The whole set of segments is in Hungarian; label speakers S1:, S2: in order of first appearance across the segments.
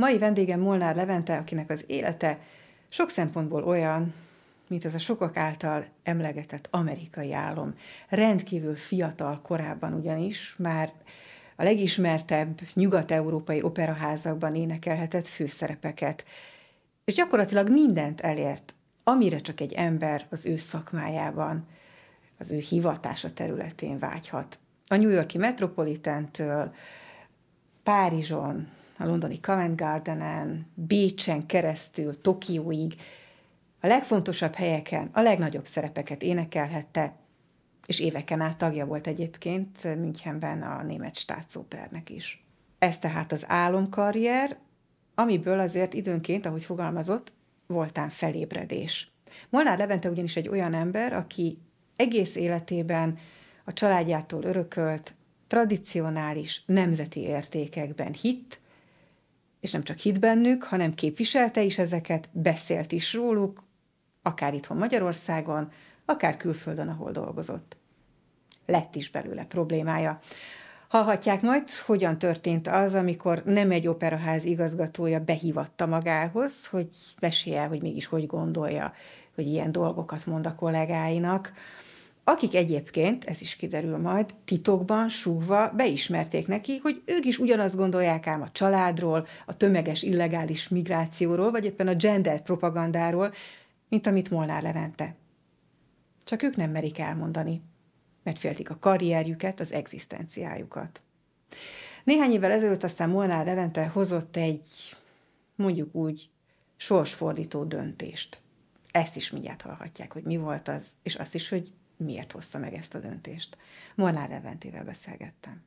S1: Mai vendégem Molnár Levente, akinek az élete sok szempontból olyan, mint az a sokak által emlegetett amerikai álom. Rendkívül fiatal korában ugyanis már a legismertebb nyugat-európai operaházakban énekelhetett főszerepeket, és gyakorlatilag mindent elért, amire csak egy ember az ő szakmájában, az ő hivatása területén vágyhat. A New York-i Metropolitantől, Párizson, a londoni Covent Gardenen, Bécsen keresztül, Tokióig, a legfontosabb helyeken a legnagyobb szerepeket énekelhette, és éveken át tagja volt egyébként Münchenben a német Staatsopernek is. Ez tehát az álomkarrier, amiből azért időnként, ahogy fogalmazott, voltán felébredés. Molnár Levente ugyanis egy olyan ember, aki egész életében a családjától örökölt, tradicionális nemzeti értékekben hitt, és nem csak hitt bennük, hanem képviselte is ezeket, beszélt is róluk, akár itthon Magyarországon, akár külföldön, ahol dolgozott. Lett is belőle problémája. Hallhatják majd, hogyan történt az, amikor nem egy operaház igazgatója behívatta magához, hogy mesélje, hogy mégis hogy gondolja, hogy ilyen dolgokat mond a kollégáinak, akik egyébként, ez is kiderül majd, titokban, súgva beismerték neki, hogy ők is ugyanazt gondolják ám a családról, a tömeges illegális migrációról, vagy éppen a gender propagandáról, mint amit Molnár Levente. Csak ők nem merik elmondani, mert féltik a karrierjüket, az egzisztenciájukat. Néhány évvel ezelőtt aztán Molnár Levente hozott egy, mondjuk úgy, sorsfordító döntést. Ezt is mindjárt hallhatják, hogy mi volt az, és azt is, hogy miért hozta meg ezt a döntést. Molnár Leventével beszélgettem.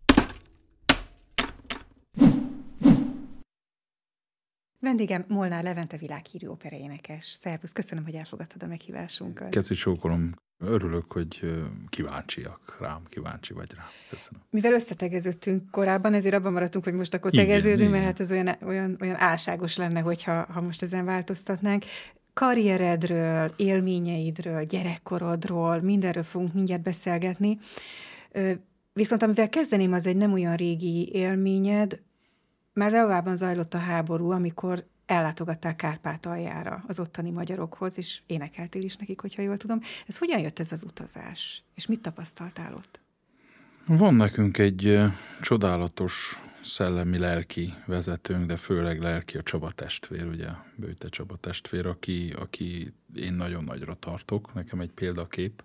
S1: Vendégem Molnár Levente világhírű operaénekes. Szervusz, köszönöm, hogy elfogadtad a meghívásunkat.
S2: Kezi sókolom. Örülök, hogy kíváncsiak rám, kíváncsi vagy rám. Köszönöm.
S1: Mivel összetegeződtünk korábban, ezért abban maradtunk, hogy most akkor tegeződünk, mert hát ez olyan álságos lenne, hogyha most ezen változtatnánk. Karrieredről, élményeidről, gyerekkorodról, mindenről fogunk mindjárt beszélgetni. Viszont amivel kezdeném, az egy nem olyan régi élményed. Már Leóvában zajlott a háború, amikor ellátogattál Kárpátaljára az ottani magyarokhoz, és énekeltél is nekik, hogyha jól tudom. Ez hogyan jött ez az utazás? És mit tapasztaltál ott?
S2: Van nekünk egy csodálatos szellemi lelki vezetőnk, de főleg lelki a Csaba testvér, ugye, Böjte Csaba testvér, aki én nagyon nagyra tartok, nekem egy példakép,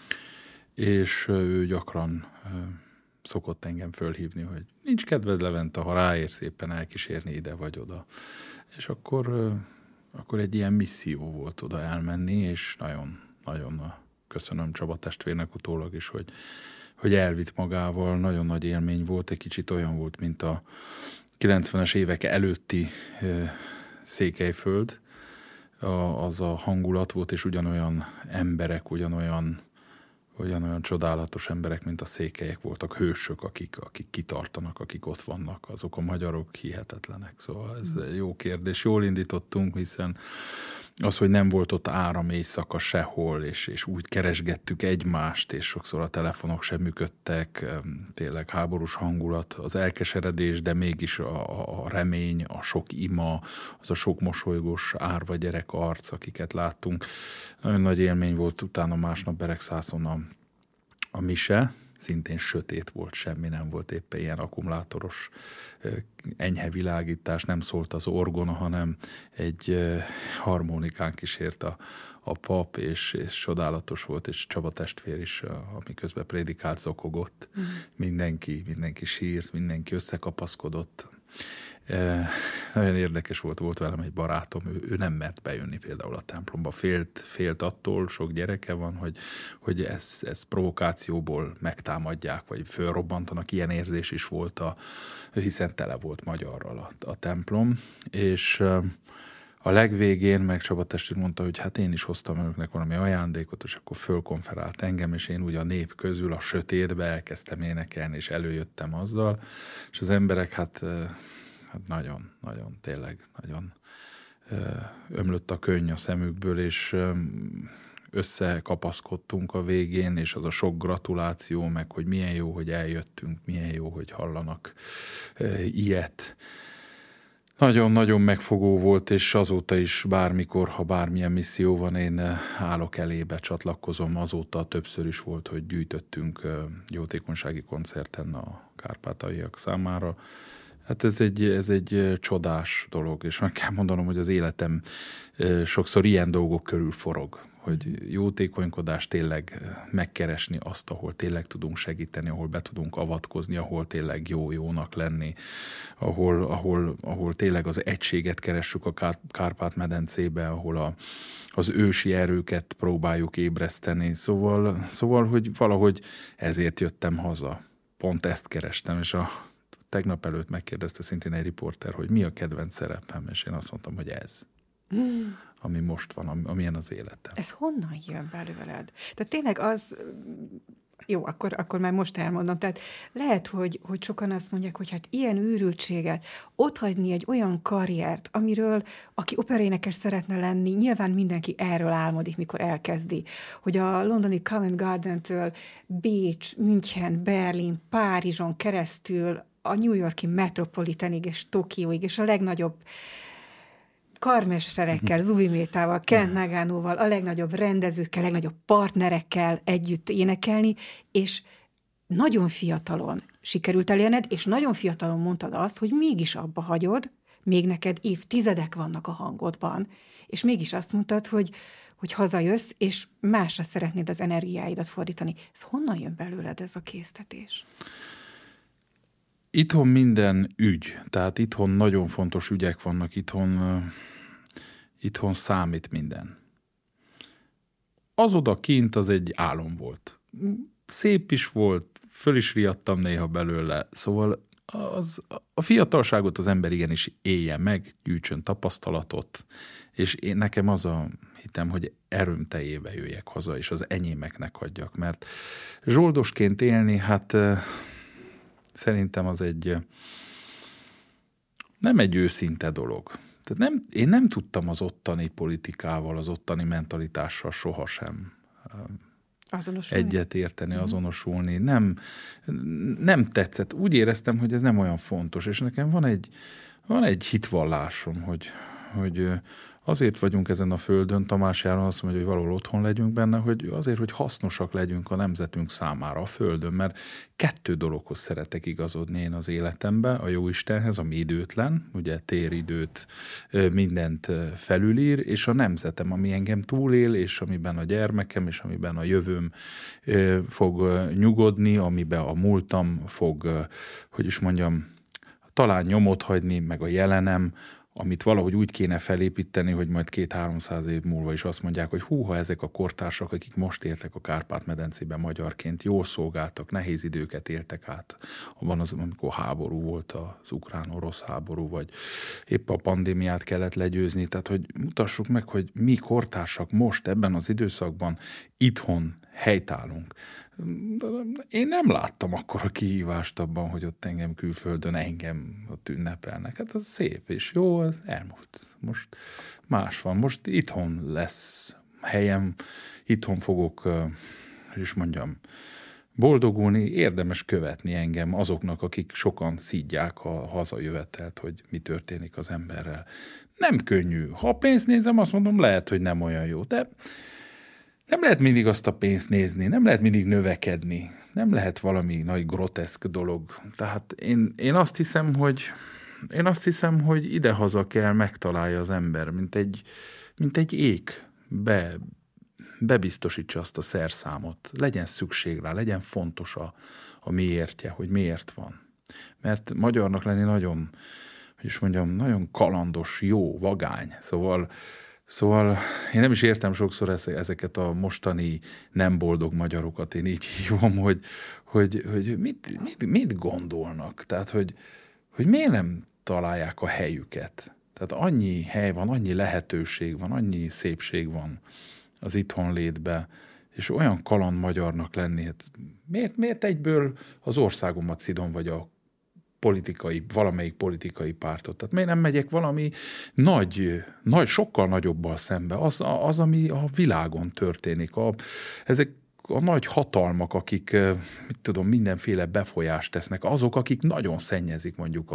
S2: és ő gyakran szokott engem fölhívni, hogy nincs kedved, Levente, ha ráérsz éppen elkísérni ide vagy oda. És akkor egy ilyen misszió volt oda elmenni, és nagyon, nagyon köszönöm Csaba testvérnek utólag is, hogy elvitt magával, nagyon nagy élmény volt, egy kicsit olyan volt, mint a 90-es évek előtti Székelyföld, az a hangulat volt, és ugyanolyan emberek, ugyanolyan csodálatos emberek, mint a székelyek voltak, hősök, akik kitartanak, akik ott vannak, azok a magyarok hihetetlenek. Szóval ez jó kérdés. Jól indítottunk, hiszen az, hogy nem volt ott áram éjszaka sehol, és úgy keresgettük egymást, és sokszor a telefonok sem működtek, tényleg háborús hangulat, az elkeseredés, de mégis a remény, a sok ima, az a sok mosolygós árva gyerek arc, akiket láttunk. Nagyon nagy élmény volt, utána másnap Beregszászon a mise, szintén sötét volt, semmi nem volt, éppen ilyen akkumulátoros enyhe világítás, nem szólt az orgona, hanem egy harmonikán kísért a pap, és csodálatos volt, és Csaba testvér is, amiközben prédikált, zokogott. Mindenki sírt, mindenki összekapaszkodott. Nagyon érdekes volt velem egy barátom, ő nem mert bejönni például a templomba, félt attól, sok gyereke van, hogy ezt provokációból megtámadják, vagy fölrobbantanak, ilyen érzés is volt, hiszen tele volt magyarral a templom, és a legvégén meg Csaba testvér mondta, hogy hát én is hoztam önöknek valami ajándékot, és akkor fölkonferált engem, és én úgy a nép közül a sötétbe elkezdtem énekelni, és előjöttem azzal, és az emberek hát nagyon, nagyon, tényleg nagyon ömlött a könny a szemükből, és összekapaszkodtunk a végén, és az a sok gratuláció, meg hogy milyen jó, hogy eljöttünk, milyen jó, hogy hallanak ilyet. nagyon-nagyon megfogó volt, és azóta is bármikor, ha bármilyen misszió van, én állok elébe, csatlakozom. Azóta többször is volt, hogy gyűjtöttünk jótékonysági koncerten a kárpátaljaiak számára. Hát ez egy csodás dolog, és meg kell mondanom, hogy az életem sokszor ilyen dolgok körül forog, hogy jótékonykodást tényleg megkeresni azt, ahol tényleg tudunk segíteni, ahol be tudunk avatkozni, ahol tényleg jónak lenni, ahol tényleg az egységet keressük a Kárpát-medencébe, ahol az ősi erőket próbáljuk ébreszteni. Szóval, hogy valahogy ezért jöttem haza. Pont ezt kerestem, és tegnap előtt megkérdezte szintén egy riporter, hogy mi a kedvenc szerepem, és én azt mondtam, hogy ez. Ami most van, amilyen az életem.
S1: Ez honnan jön belőled? Tehát tényleg az... Jó, akkor már most elmondom. Tehát lehet, hogy sokan azt mondják, hogy hát ilyen őrültséget, otthagyni egy olyan karriert, amiről, aki operaénekes szeretne lenni, nyilván mindenki erről álmodik, mikor elkezdi, hogy a londoni Covent Garden-től Bécs, München, Berlin, Párizson keresztül a New York-i Metropolitanig és Tokióig, és a legnagyobb karmesterekkel, Zubi Métával, Kent Nagánóval, a legnagyobb rendezőkkel, a legnagyobb partnerekkel együtt énekelni, és nagyon fiatalon sikerült elérned, és nagyon fiatalon mondtad azt, hogy mégis abba hagyod, még neked évtizedek vannak a hangodban, és mégis azt mondtad, hogy hazajössz, és másra szeretnéd az energiáidat fordítani. Ez honnan jön belőled ez a késztetés?
S2: Itthon minden ügy, tehát itthon nagyon fontos ügyek vannak, itthon számít minden. Az odakint az egy álom volt. Szép is volt, föl is riadtam néha belőle, szóval a fiatalságot az ember igenis élje meg, gyűjtsön tapasztalatot, és nekem az a hitem, hogy erőmteljébe jöjjek haza, és az enyémeknek hagyjak, mert zsoldosként élni, hát... Szerintem az nem egy őszinte dolog. Tehát én nem tudtam az ottani politikával, az ottani mentalitással sohasem egyet érteni, azonosulni. Nem tetszett. Úgy éreztem, hogy ez nem olyan fontos, és nekem van egy hitvallásom, hogy azért vagyunk ezen a földön, Tamás Járon azt mondja, hogy valahol otthon legyünk benne, hogy azért, hogy hasznosak legyünk a nemzetünk számára a földön, mert 2 dologhoz szeretek igazodni én az életembe, a Jóistenhez, ami időtlen, ugye téridőt, mindent felülír, és a nemzetem, ami engem túlél, és amiben a gyermekem, és amiben a jövőm fog nyugodni, amiben a múltam fog, hogy is mondjam, talán nyomot hagyni, meg a jelenem, amit valahogy úgy kéne felépíteni, hogy majd 200-300 év múlva is azt mondják, hogy húha, ezek a kortársak, akik most éltek a Kárpát-medencében magyarként, jól szolgáltak, nehéz időket éltek át. Abban amikor háború volt, az ukrán-orosz háború, vagy épp a pandémiát kellett legyőzni, tehát hogy mutassuk meg, hogy mi kortársak most ebben az időszakban itthon helytállunk. Én nem láttam akkora kihívást abban, hogy ott külföldön engem ott ünnepelnek. Hát az szép és jó, az elmúlt. Most más van. Most itthon lesz helyem, itthon fogok, hogy is mondjam, boldogulni, érdemes követni engem azoknak, akik sokan szídják a hazajövetelt, hogy mi történik az emberrel. Nem könnyű. Ha pénzt nézem, azt mondom, lehet, hogy nem olyan jó, de nem lehet mindig azt a pénzt nézni, nem lehet mindig növekedni, nem lehet valami nagy groteszk dolog. Tehát én azt hiszem, hogy idehaza kell megtalálja az ember, mint egy ék, bebiztosítsa azt a szerszámot, legyen szükség rá, legyen fontos a miértje, hogy miért van. Mert magyarnak lenni nagyon, hogy is mondjam, nagyon kalandos, jó, vagány, Szóval én nem is értem sokszor ezeket a mostani nem boldog magyarokat, én így hívom, hogy mit gondolnak, tehát hogy miért nem találják a helyüket. Tehát annyi hely van, annyi lehetőség van, annyi szépség van az itthon létbe, és olyan kaland magyarnak lenni, hát miért egyből az országomat szidom, vagy valamelyik politikai pártot. Tehát miért nem megyek valami nagy, sokkal nagyobbal szembe, az, ami a világon történik. Ezek a nagy hatalmak, akik, mit tudom, mindenféle befolyást tesznek, azok, akik nagyon szennyezik mondjuk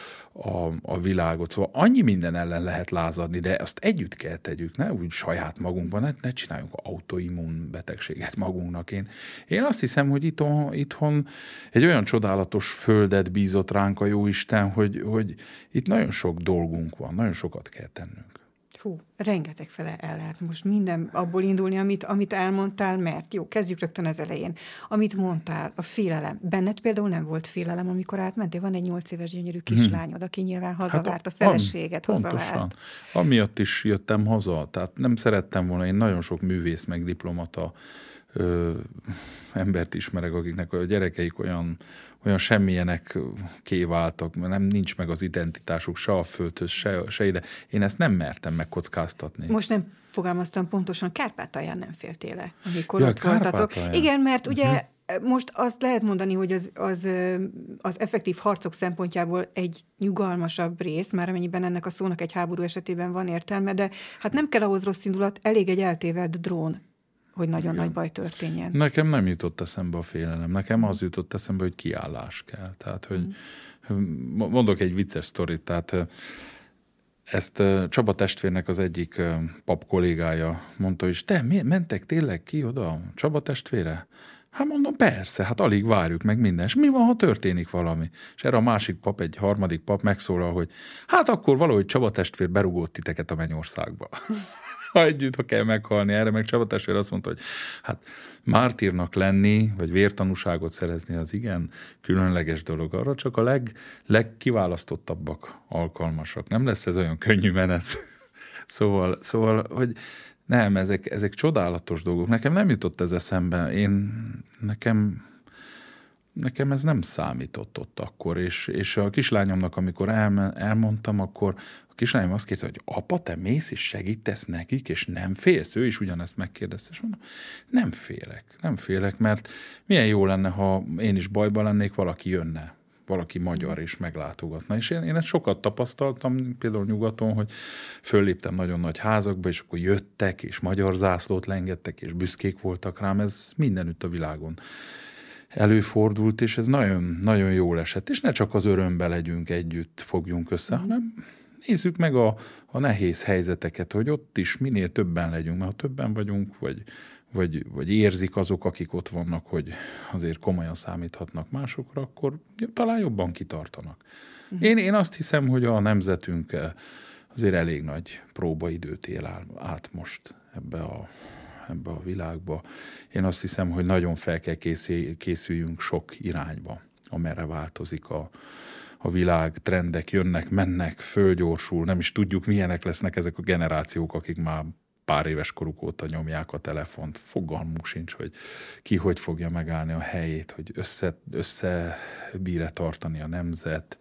S2: a világot. Szóval annyi minden ellen lehet lázadni, de azt együtt kell tegyük, ne úgy saját magunkban, ne csináljunk autoimmun betegséget magunknak. Én azt hiszem, hogy itthon egy olyan csodálatos földet bízott ránk a Jóisten, hogy itt nagyon sok dolgunk van, nagyon sokat kell tennünk.
S1: Hú, rengeteg fele el lehet most minden abból indulni, amit elmondtál, mert jó, kezdjük rögtön az elején. Amit mondtál, a félelem. Benned például nem volt félelem, amikor átmentél? Van egy 8 éves gyönyörű kislányod, aki nyilván hazavárt, a feleséget hazavárt.
S2: Pontosan. Amiatt is jöttem haza, tehát nem szerettem volna, én nagyon sok művész meg diplomata embert ismerek, akiknek a gyerekeik olyan semmilyenek váltak, mert nincs meg az identitásuk se a földhöz, se ide. Én ezt nem mertem megkockáztatni.
S1: Most nem fogalmaztam pontosan, Kárpátalján nem féltél-e, amikor ott voltatok? Igen, mert ugye most azt lehet mondani, hogy az effektív harcok szempontjából egy nyugalmasabb rész, már amennyiben ennek a szónak egy háború esetében van értelme, de hát nem kell ahhoz rossz indulat, elég egy eltévedt drón, hogy nagyon nagy baj történjen. Nekem
S2: nem jutott eszembe a félelem. Nekem az jutott eszembe, hogy kiállás kell. Tehát, hogy mondok egy vicces sztorit, tehát ezt Csaba testvérnek az egyik pap kollégája mondta, hogy te mentek tényleg ki oda Csaba testvére? Hát mondom, persze, hát alig várjuk meg minden. És mi van, ha történik valami? És erre a másik pap, egy harmadik pap megszólal, hogy hát akkor valahogy Csaba testvér berugott titeket a mennyországba. Ha kell meghalni erre, meg Csaba testvér azt mondta, hogy hát mártírnak lenni, vagy vértanúságot szerezni az igen különleges dolog. Arra csak a legkiválasztottabbak alkalmasak. Nem lesz ez olyan könnyű menet. Szóval, hogy nem, ezek csodálatos dolgok. Nekem nem jutott ez eszembe. Nekem ez nem számított ott akkor, és a kislányomnak, amikor elmondtam, akkor a kislányom azt kérte, hogy apa, te mész és segítesz nekik, és nem félsz? Ő is ugyanezt megkérdezte, és mondom, nem félek, mert milyen jó lenne, ha én is bajban lennék, valaki jönne, valaki magyar és meglátogatna. És én ezt sokat tapasztaltam, például nyugaton, hogy fölléptem nagyon nagy házakba, és akkor jöttek, és magyar zászlót lengettek, és büszkék voltak rám, ez mindenütt a világon előfordult, és ez nagyon, nagyon jól esett. És ne csak az örömbe legyünk együtt, fogjunk össze, hanem nézzük meg a nehéz helyzeteket, hogy ott is minél többen legyünk, mert ha többen vagyunk, vagy érzik azok, akik ott vannak, hogy azért komolyan számíthatnak másokra, akkor talán jobban kitartanak. Én azt hiszem, hogy a nemzetünk azért elég nagy próbaidőt él át most ebbe a világba. Én azt hiszem, hogy nagyon fel kell készüljünk sok irányba, amerre változik a világ, trendek jönnek, mennek, fölgyorsul, nem is tudjuk, milyenek lesznek ezek a generációk, akik már pár éves koruk óta nyomják a telefont. Fogalmuk sincs, hogy ki hogy fogja megállni a helyét, hogy összebír-e tartani a nemzet.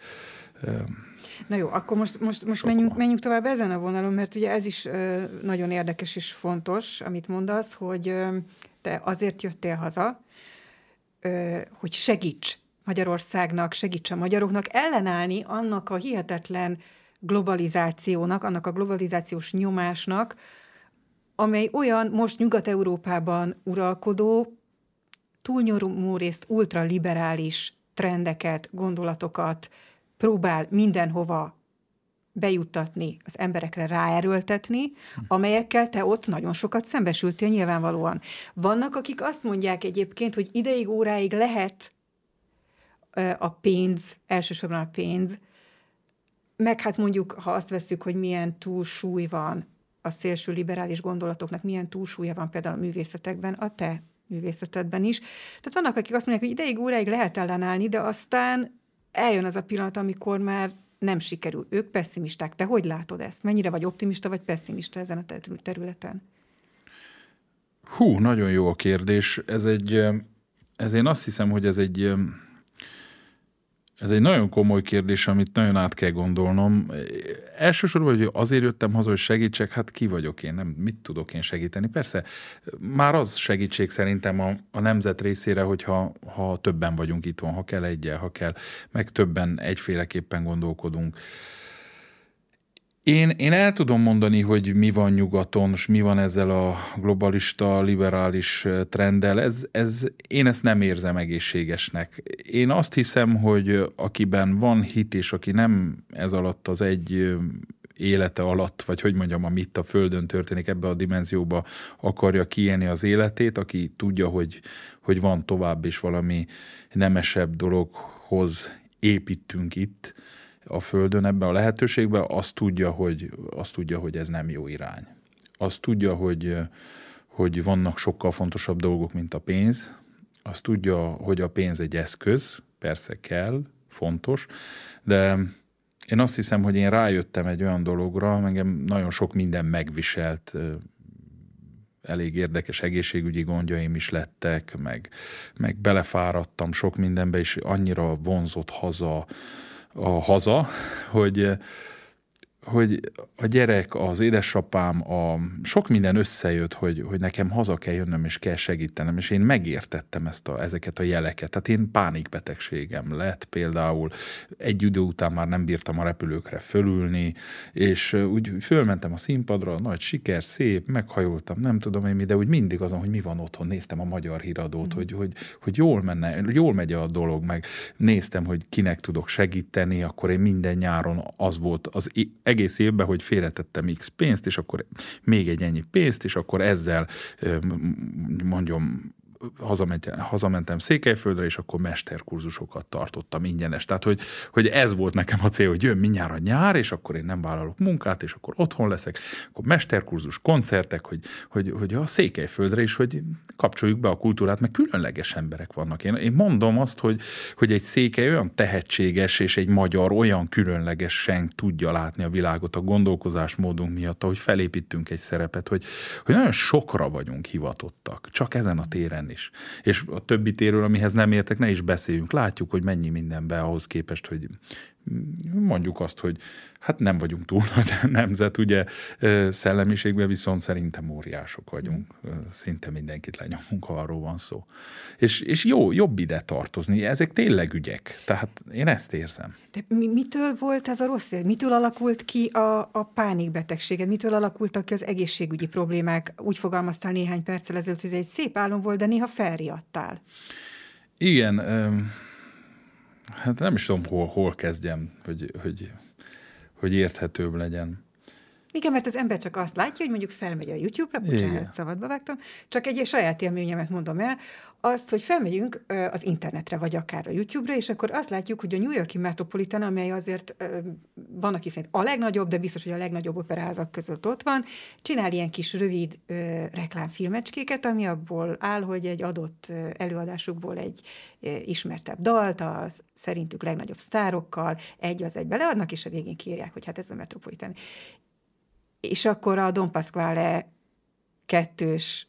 S1: Na jó, akkor most menjünk tovább ezen a vonalon, mert ugye ez is nagyon érdekes és fontos, amit mondasz, hogy te azért jöttél haza, hogy segíts Magyarországnak, segíts a magyaroknak ellenállni annak a hihetetlen globalizációnak, annak a globalizációs nyomásnak, amely olyan most Nyugat-Európában uralkodó, túlnyomó részt ultraliberális trendeket, gondolatokat próbál mindenhova bejuttatni, az emberekre ráerőltetni, amelyekkel te ott nagyon sokat szembesültél nyilvánvalóan. Vannak, akik azt mondják egyébként, hogy ideig, óráig lehet a pénz, elsősorban a pénz, meg hát mondjuk, ha azt vesszük, hogy milyen túlsúly van a szélső liberális gondolatoknak, milyen túlsúlya van például a művészetekben, a te művészetedben is. Tehát vannak, akik azt mondják, hogy ideig, óráig lehet ellenállni, de aztán eljön az a pillanat, amikor már nem sikerül. Ők pessimisták. Te hogy látod ezt? Mennyire vagy optimista, vagy pessimista ezen a területen?
S2: Nagyon jó a kérdés. Ez én azt hiszem, hogy ez egy nagyon komoly kérdés, amit nagyon át kell gondolnom. Elsősorban, hogy azért jöttem haza, hogy segítsek, hát ki vagyok én, nem, mit tudok én segíteni? Persze, már az segítség szerintem a nemzet részére, hogyha többen vagyunk itthon, ha kell egyel, ha kell, meg többen egyféleképpen gondolkodunk. Én el tudom mondani, hogy mi van nyugaton, és mi van ezzel a globalista, liberális trenddel. Én ezt nem érzem egészségesnek. Én azt hiszem, hogy akiben van hit, és aki nem ez alatt az egy élete alatt, vagy hogy mondjam, amit a Földön történik, ebbe a dimenzióba akarja kiélni az életét, aki tudja, hogy van tovább, és valami nemesebb dologhoz építünk itt a Földön, ebben a lehetőségben, azt tudja, hogy ez nem jó irány. Azt tudja, hogy vannak sokkal fontosabb dolgok, mint a pénz. Azt tudja, hogy a pénz egy eszköz, persze kell, fontos, de én azt hiszem, hogy én rájöttem egy olyan dologra, engem nagyon sok minden megviselt, elég érdekes egészségügyi gondjaim is lettek, meg belefáradtam sok mindenbe, és annyira vonzott haza, hogy a gyerek, az édesapám, sok minden összejött, hogy nekem haza kell jönnöm, és kell segítenem, és én megértettem ezeket a jeleket. Tehát én pánikbetegségem lett például, egy idő után már nem bírtam a repülőkre fölülni, és úgy fölmentem a színpadra, nagy siker, szép, meghajoltam, nem tudom én mi, de úgy mindig azon, hogy mi van otthon, néztem a Magyar Híradót, hogy jól megy a dolog, meg néztem, hogy kinek tudok segíteni, akkor én minden nyáron az volt az egész évben, hogy félretettem X pénzt, és akkor még egy ennyi pénzt, és akkor ezzel mondjam, hazamentem Székelyföldre, és akkor mesterkurzusokat tartottam ingyenes. Tehát, hogy ez volt nekem a cél, hogy jön mindjárt a nyár, és akkor én nem vállalok munkát, és akkor otthon leszek, akkor mesterkurzus, koncertek, hogy a Székelyföldre is, hogy kapcsoljuk be a kultúrát, mert különleges emberek vannak. Én mondom azt, hogy egy székely olyan tehetséges, és egy magyar olyan különlegesen tudja látni a világot a gondolkozásmódunk miatt, ahogy felépítünk egy szerepet, hogy nagyon sokra vagyunk hivatottak, csak ezen a téren is. És a többi térről, amihez nem értek, ne is beszéljünk. Látjuk, hogy mennyi mindenbe ahhoz képest, hogy mondjuk azt, hogy hát nem vagyunk túl nagy nemzet, ugye szellemiségben viszont szerintem óriások vagyunk. Szinte mindenkit lenyomunk, ha arról van szó. És jobb ide tartozni. Ezek tényleg ügyek. Tehát én ezt érzem.
S1: De mitől volt ez a rossz? Mitől alakult ki a pánikbetegséged? Mitől alakultak ki az egészségügyi problémák? Úgy fogalmaztál néhány perccel ezelőtt, hogy ez egy szép álom volt, de néha felriadtál.
S2: Igen, hát nem is tudom, hol kezdjem, hogy érthetőbb legyen.
S1: Igen, mert az ember csak azt látja, hogy mondjuk felmegy a YouTube-ra, bocsánat, szabadba vágtam, csak egy saját élményemet mondom el, azt, hogy felmegyünk az internetre, vagy akár a YouTube-ra, és akkor azt látjuk, hogy a New York-i Metropolitan, amely azért van, aki szerint a legnagyobb, de biztos, hogy a legnagyobb operaházak között ott van, csinál ilyen kis rövid reklámfilmecskéket, ami abból áll, hogy egy adott előadásukból egy ismertebb dalt, az szerintük legnagyobb sztárokkal egy beleadnak, és a végén kiírják, hogy hát ez a Metropolitan. És akkor a Don Pasquale 2-s,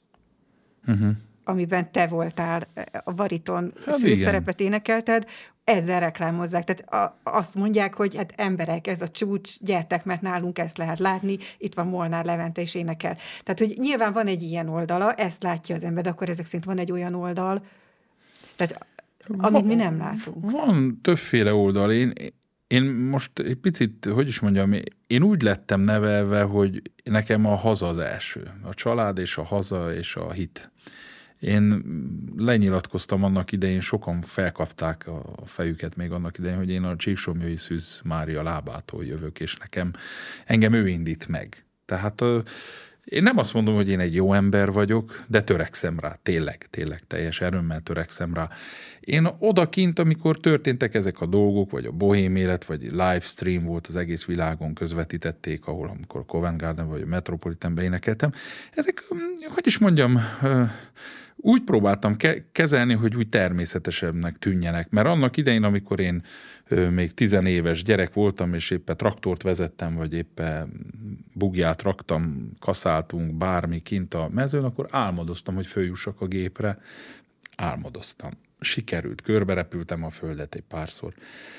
S1: amiben te voltál, a bariton főszerepet énekelted, ezzel reklámozzák. Tehát azt mondják, hogy hát emberek, ez a csúcs, gyertek, mert nálunk ezt lehet látni, itt van Molnár Levente és énekel. Tehát, hogy nyilván van egy ilyen oldala, ezt látja az ember, de akkor ezek szerint van egy olyan oldal, tehát, amit mi nem látunk.
S2: Van többféle oldal. Én most egy picit, hogy is mondjam, én úgy lettem nevelve, hogy nekem a haza az első. A család és a haza és a hit. Én lenyilatkoztam annak idején, sokan felkapták a fejüket még annak idején, hogy én a Csíksomlyai Szűz Mária lábától jövök, és engem ő indít meg. Tehát én nem azt mondom, hogy én egy jó ember vagyok, de törekszem rá, tényleg teljes erőmmel törekszem rá. Én odakint, amikor történtek ezek a dolgok, vagy a bohém élet, vagy livestream volt az egész világon, közvetítették, amikor a Covent Garden vagy a Metropolitanben énekeltem, ezek, hogy is mondjam, úgy próbáltam kezelni, hogy úgy természetesebbnek tűnjenek. Mert annak idején, amikor én még 10 éves gyerek voltam, és éppen traktort vezettem, vagy éppen bugját raktam, kaszáltunk bármi kint a mezőn, akkor álmodoztam, hogy följussak a gépre. Álmodoztam. Sikerült, körberepültem a földet egy párszor.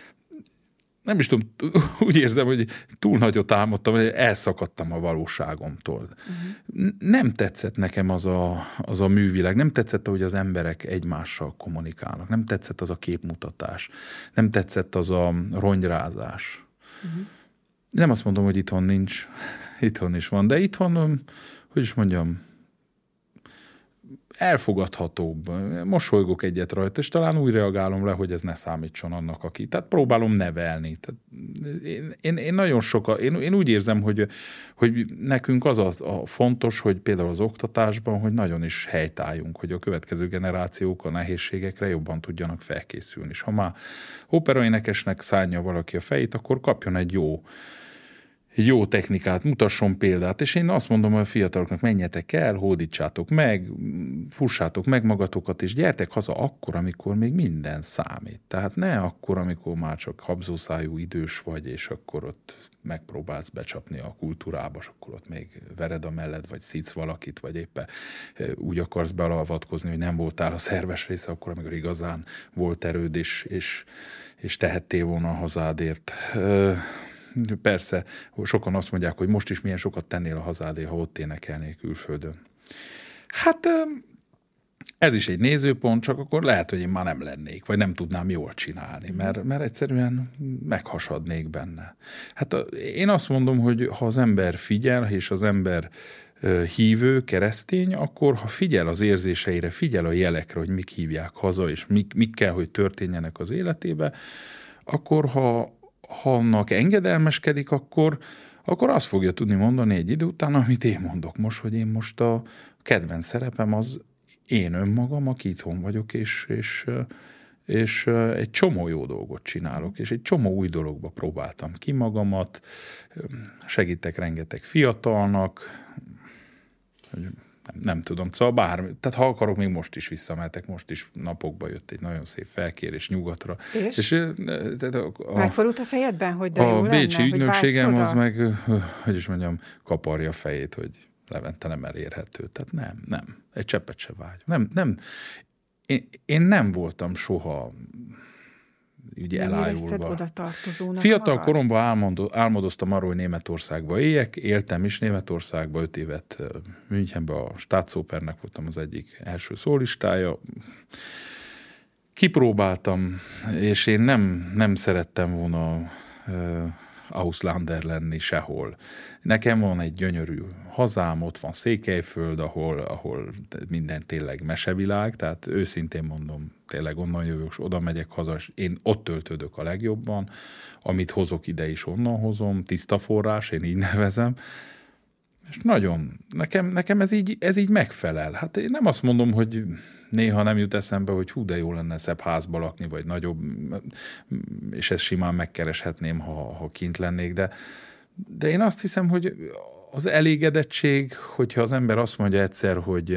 S2: Nem is tudom, úgy érzem, hogy túl nagyot álmodtam, hogy elszakadtam a valóságomtól. Nem tetszett nekem az a művilág, nem tetszett, hogy az emberek egymással kommunikálnak, nem tetszett az a képmutatás, nem tetszett az a rongyrázás. Nem azt mondom, hogy itthon nincs, itthon is van, de itthon, hogy is mondjam, elfogadhatóbb. Mosolygok egyet rajta, és talán úgy reagálom le, hogy ez ne számítson annak, aki. Tehát próbálom nevelni. Tehát én nagyon sokat, én úgy érzem, hogy nekünk az a fontos, hogy például az oktatásban, hogy nagyon is helytálljunk, hogy a következő generációk a nehézségekre jobban tudjanak felkészülni. És ha már operaénekesnek szánja valaki a fejét, akkor kapjon egy jó technikát, mutasson példát, és én azt mondom a fiataloknak, menjetek el, hódítsátok meg, fussátok meg magatokat, és gyertek haza akkor, amikor még minden számít. Tehát ne akkor, amikor már csak habzószájú idős vagy, és akkor ott megpróbálsz becsapni a kultúrába, és akkor ott még vered a melled, vagy szítsz valakit, vagy éppen úgy akarsz beleavatkozni, hogy nem voltál a szerves része, akkor, amikor igazán volt erőd, és tehettél volna a hazádért. Persze, sokan azt mondják, hogy most is milyen sokat tennél a hazádért, ha ott énekelnél külföldön. Hát ez is egy nézőpont, csak akkor lehet, hogy én már nem lennék, vagy nem tudnám jól csinálni, mert egyszerűen meghasadnék benne. Hát én azt mondom, hogy ha az ember figyel, és az ember hívő, keresztény, akkor ha figyel az érzéseire, figyel a jelekre, hogy mik hívják haza, és mik kell, hogy történjenek az életébe, akkor ha annak engedelmeskedik, akkor azt fogja tudni mondani egy idő után, amit én mondok most, hogy én most a kedvenc szerepem az én önmagam, aki itthon vagyok, és egy csomó jó dolgot csinálok, és egy csomó új dologba próbáltam ki magamat, segítek rengeteg fiatalnak, nem tudom, szóval bármi. Tehát ha akarok, még most is visszamehetek, most is napokba jött egy nagyon szép felkérés nyugatra.
S1: És megfordult a fejedben, hogy de jó lenne,
S2: bécsi ügynökségem az meg, hogy is mondjam, kaparja a fejét, hogy Levente nem elérhető. Tehát nem. Egy cseppet se vágy. Nem. Én nem voltam soha ugye elájulva. Fiatal koromban álmodoztam arról, hogy Németországba éltem is Németországba, 5 évet Münchenben a Staatsopernek voltam az egyik első szólistája. Kipróbáltam, és én nem szerettem volna Auslander lenni sehol. Nekem van egy gyönyörű hazám, ott van Székelyföld, ahol minden tényleg mesevilág, tehát őszintén mondom, tényleg onnan jövök, és oda megyek haza, és én ott töltődök a legjobban, amit hozok ide is onnan hozom, tiszta forrás, én így nevezem, és nagyon, nekem ez így megfelel. Hát én nem azt mondom, hogy néha nem jut eszembe, hogy hú, de jó lenne szebb házba lakni, vagy nagyobb, és ezt simán megkereshetném, ha kint lennék, de én azt hiszem, hogy az elégedettség, hogyha az ember azt mondja egyszer, hogy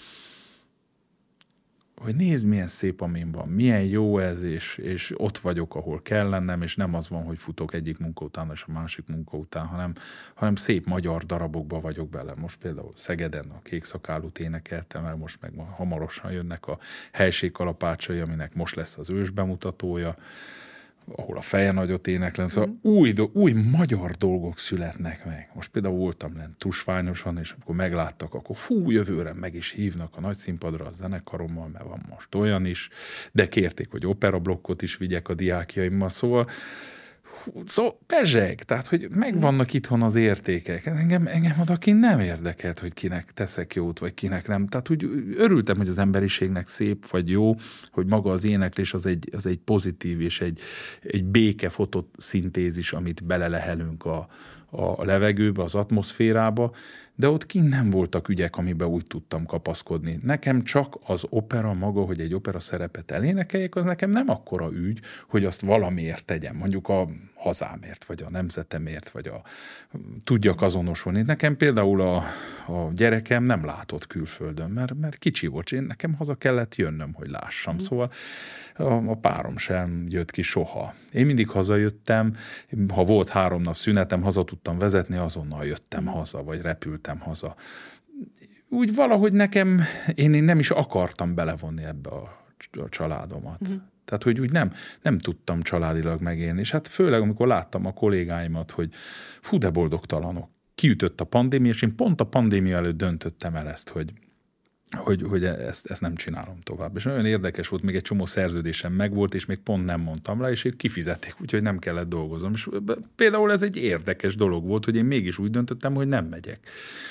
S2: nézd, milyen szép, amin van, milyen jó ez, és ott vagyok, ahol kell lennem, és nem az van, hogy futok egyik munka után, és a másik munka után, hanem szép magyar darabokba vagyok bele. Most például Szegeden a Kékszakálút énekeltem el, most meg hamarosan jönnek a Helység-kalapácsai, aminek most lesz az ős bemutatója, ahol a Feje nagyot éneklem, szóval új magyar dolgok születnek meg. Most például voltam lent Tusványosan, és amikor megláttak, akkor jövőre meg is hívnak a nagy színpadra a zenekarommal, mert van most olyan is, de kérték, hogy operablokkot is vigyek a diákjaimmal, szóval pezseg, tehát, hogy megvannak itthon az értékek. Engem odakint nem érdekelt, hogy kinek teszek jót, vagy kinek nem. Tehát úgy örültem, hogy az emberiségnek szép, vagy jó, hogy maga az éneklés az egy pozitív, és egy béke fotoszintézis, amit belelehelünk a levegőbe, az atmoszférába, de ott kint nem voltak ügyek, amiben úgy tudtam kapaszkodni. Nekem csak az opera maga, hogy egy opera szerepet elénekeljek, az nekem nem akkora ügy, hogy azt valamiért tegyem, mondjuk a hazámért, vagy a nemzetemért, vagy tudjak azonosulni. Nekem például a gyerekem nem látott külföldön, mert kicsi volt, nekem haza kellett jönnöm, hogy lássam. Szóval a párom sem jött ki soha. Én mindig hazajöttem, ha volt 3 nap szünetem, haza tudtam vezetni, azonnal jöttem haza, vagy repültem haza. Úgy valahogy nekem, én nem is akartam belevonni ebbe a családomat. Tehát, hogy úgy nem tudtam családilag megélni. És hát főleg, amikor láttam a kollégáimat, hogy fú, de boldogtalanok. Kiütött a pandémia, és én pont a pandémia előtt döntöttem el ezt, hogy hogy ezt nem csinálom tovább. És nagyon érdekes volt, még egy csomó szerződésem megvolt, és még pont nem mondtam le, és kifizették, úgyhogy nem kellett dolgoznom. És például ez egy érdekes dolog volt, hogy én mégis úgy döntöttem, hogy nem megyek.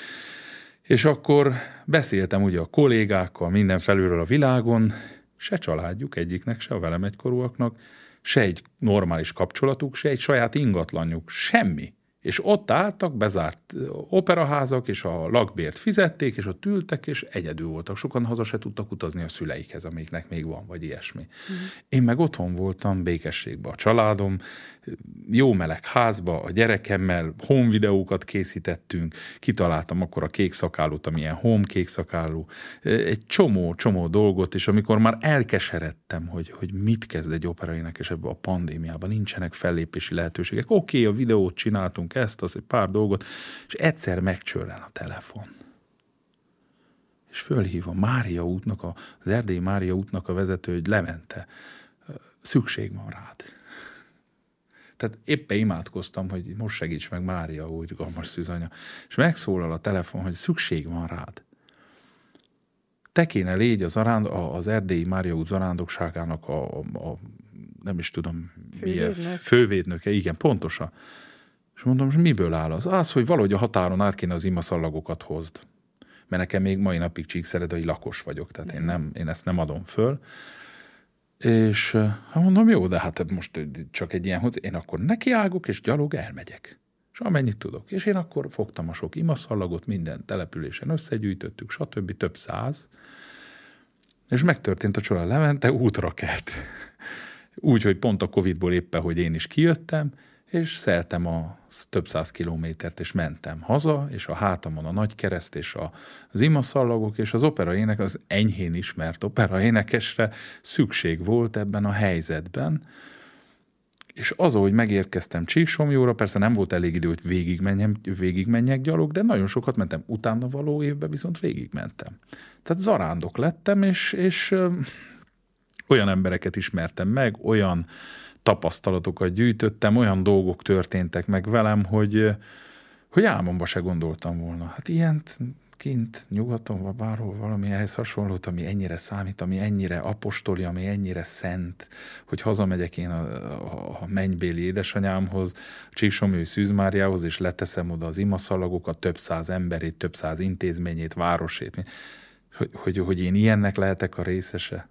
S2: És akkor beszéltem ugye a kollégákkal mindenfelülről a világon, se családjuk egyiknek, se a velem egykorúaknak, se egy normális kapcsolatuk, se egy saját ingatlanjuk, semmi. És ott álltak, bezárt operaházak, és a lakbért fizették, és ott ültek, és egyedül voltak. Sokan haza se tudtak utazni a szüleikhez, amiknek még van, vagy ilyesmi. Én meg otthon voltam, békességben a családom, jó meleg házba, a gyerekemmel, home videókat készítettünk, kitaláltam akkor a kékszakállót, amilyen home kékszakálló, egy csomó dolgot, és amikor már elkeseredtem, hogy mit kezd egy operaénekes ebbe a pandémiában, nincsenek fellépési lehetőségek. Oké, a videót csináltunk, ezt, egy pár dolgot, és egyszer megcsörren a telefon. És fölhív a Mária útnak, az Erdélyi Mária útnak a vezető, hogy Levente, szükség van rád. Tehát éppen imádkoztam, hogy most segíts meg Mária, úgy rugalmas szűzanya. És megszólal a telefon, hogy szükség van rád. Te kéne légy az Erdélyi Mária út zarándokságának a nem is tudom, fővédnöke, igen, pontosan. És mondom, hogy miből áll az? Az, hogy valahogy a határon át kéne az imaszallagokat hozd. Mert nekem még mai napig csíkszeredai lakos vagyok, tehát én ezt nem adom föl. És mondom, jó, de hát most csak egy ilyen, én akkor nekiágok, és gyalog elmegyek. És amennyit tudok. És én akkor fogtam a sok imaszallagot, minden településen összegyűjtöttük, stb. Több 100. És megtörtént a csoda, Levente útra kelt. Úgy, hogy pont a Covid-ból éppen, hogy én is kijöttem, és szeltem a több 100 kilométert, és mentem haza, és a hátamon a Nagykereszt, és az imaszallagok, és az operaének, az enyhén ismert operaénekesre szükség volt ebben a helyzetben. És az, hogy megérkeztem Csíksomlyóra, persze nem volt elég idő, hogy végigmenjek gyalog, de nagyon sokat mentem. Utána való évben viszont végigmentem. Tehát zarándok lettem, és olyan embereket ismertem meg, olyan tapasztalatokat gyűjtöttem, olyan dolgok történtek meg velem, hogy álmomba se gondoltam volna. Hát ilyent kint, nyugaton, vagy bárhol valami ehhez hasonlót, ami ennyire számít, ami ennyire apostoli, ami ennyire szent, hogy hazamegyek én a mennybéli édesanyámhoz, a Csíksomlyói Szűz Máriához, és leteszem oda az imaszalagokat, több 100 emberét, több 100 intézményét, városét, hogy én ilyennek lehetek a részese.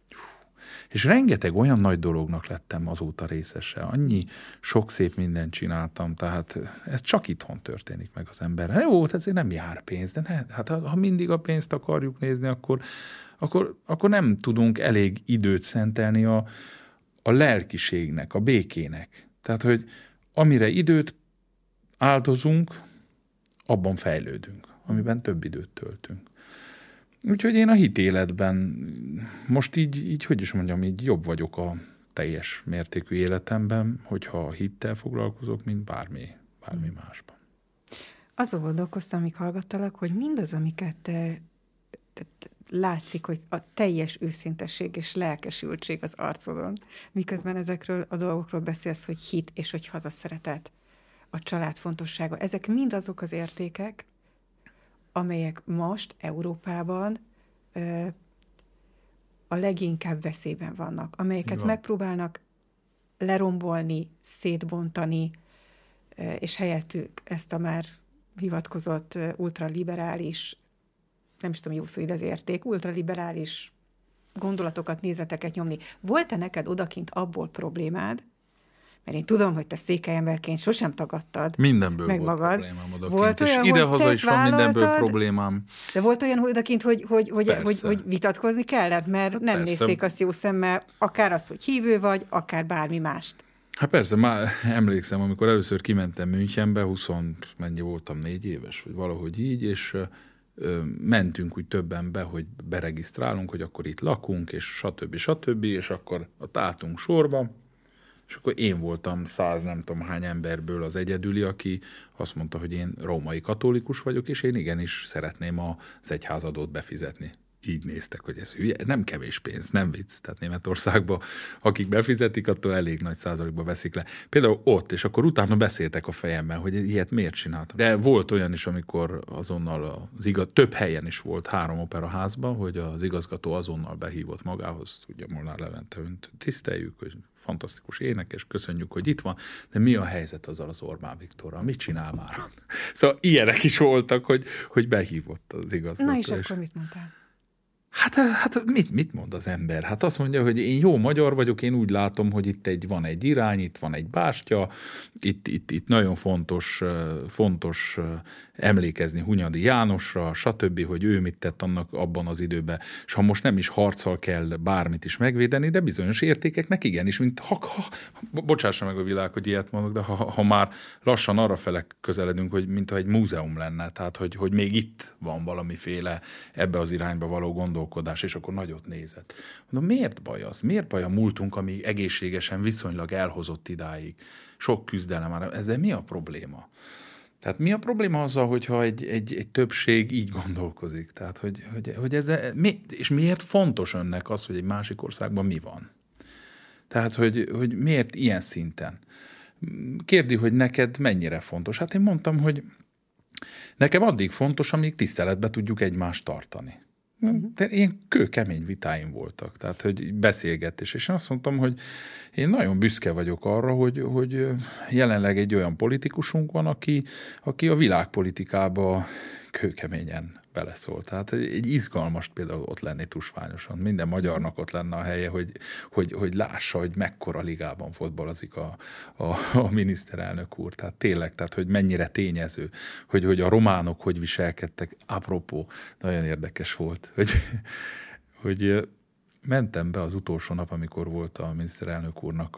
S2: És rengeteg olyan nagy dolognak lettem azóta részese. Annyi sok szép mindent csináltam, tehát ez csak itthon történik meg az emberrel. Jó, tehát nem jár pénz, de ne, hát ha mindig a pénzt akarjuk nézni, akkor nem tudunk elég időt szentelni a lelkiségnek, a békének. Tehát, hogy amire időt áldozunk, abban fejlődünk, amiben több időt töltünk. Úgyhogy én a hitéletben most így, hogy is mondjam, így jobb vagyok a teljes mértékű életemben, hogyha a hittel foglalkozok, mint bármi másban.
S1: Azon gondolkoztam, amíg hallgattalak, hogy mindaz, amiket látszik, hogy a teljes őszintesség és lelkesültség az arcodon, miközben ezekről a dolgokról beszélsz, hogy hit és hogy hazaszeretet, a család fontossága. Ezek mind azok az értékek, amelyek most Európában a leginkább veszélyben vannak, amelyeket megpróbálnak lerombolni, szétbontani, és helyettük ezt a már hivatkozott ultraliberális, nem is tudom, jó szó az érték, ultraliberális gondolatokat, nézeteket nyomni. Volt-e neked odakint abból problémád, mert én tudom, hogy te székelyemberként sosem tagadtad
S2: mindenből
S1: meg
S2: volt
S1: magad.
S2: Problémám odakint, és idehaza is van mindenből problémám.
S1: De volt olyan odakint, hogy vitatkozni kellett, mert nem persze. Nézték azt jó szemmel, akár az, hogy hívő vagy, akár bármi mást.
S2: Hát persze, már emlékszem, amikor először kimentem Münchenbe, 4 éves, vagy valahogy így, és mentünk úgy többen be, hogy beregisztrálunk, hogy akkor itt lakunk, és stb. És akkor álltunk sorba, és akkor én voltam 100 nem tudom hány emberből az egyedüli, aki azt mondta, hogy én római katolikus vagyok, és én igenis szeretném az egyházadót befizetni. így néztek, hogy ez hülye, nem kevés pénz, nem vicc. Tehát Németországban, akik befizetik, attól elég nagy százalékba veszik le. Például ott, és akkor utána beszéltek a fejemben, hogy ilyet miért csináltak. De volt olyan is, amikor azonnal több helyen is volt 3 operaházban, hogy az igazgató azonnal behívott magához, tudja, Molnár Levente, önt tiszteljük, hogy fantasztikus énekes, köszönjük, hogy itt van, de mi a helyzet azzal az Orbán Viktorral? Mit csinál már? Szóval ilyenek is voltak, hogy behívott az igazgató.
S1: Na és akkor mit mondtál?
S2: Hát mit mond az ember? Hát azt mondja, hogy én jó magyar vagyok, én úgy látom, hogy itt van egy irány, itt van egy bástya, itt nagyon fontos emlékezni Hunyadi Jánosra, stb., hogy ő mit tett annak abban az időben, és ha most nem is harccal kell bármit is megvédeni, de bizonyos értékeknek igenis, mint bocsássa meg a világ, hogy ilyet mondok, de ha már lassan arrafele közeledünk, hogy mintha egy múzeum lenne, tehát hogy még itt van valamiféle ebbe az irányba való gondolkodás, és akkor nagyot nézett. Mondom, miért baj az? Miért baj a múltunk, ami egészségesen viszonylag elhozott idáig? Sok küzdelem már. Ezzel mi a probléma? Tehát mi a probléma azzal, hogyha egy többség így gondolkozik? Tehát, hogy ez, és miért fontos önnek az, hogy egy másik országban mi van? Tehát, hogy miért ilyen szinten? Kérdi, hogy neked mennyire fontos. Hát én mondtam, hogy nekem addig fontos, amíg tiszteletbe tudjuk egymást tartani. De ilyen kőkemény vitáim voltak, tehát hogy beszélgetés, és én azt mondtam, hogy én nagyon büszke vagyok arra, hogy jelenleg egy olyan politikusunk van, aki a világpolitikába kőkeményen beleszól. Tehát egy izgalmas például ott lenni tusványosan. Minden magyarnak ott lenne a helye, hogy lássa, hogy mekkora ligában fotbalozik a miniszterelnök úr. Tehát tényleg, tehát hogy mennyire tényező, hogy a románok hogy viselkedtek. Apropó, nagyon érdekes volt, hogy mentem be az utolsó nap, amikor volt a miniszterelnök úrnak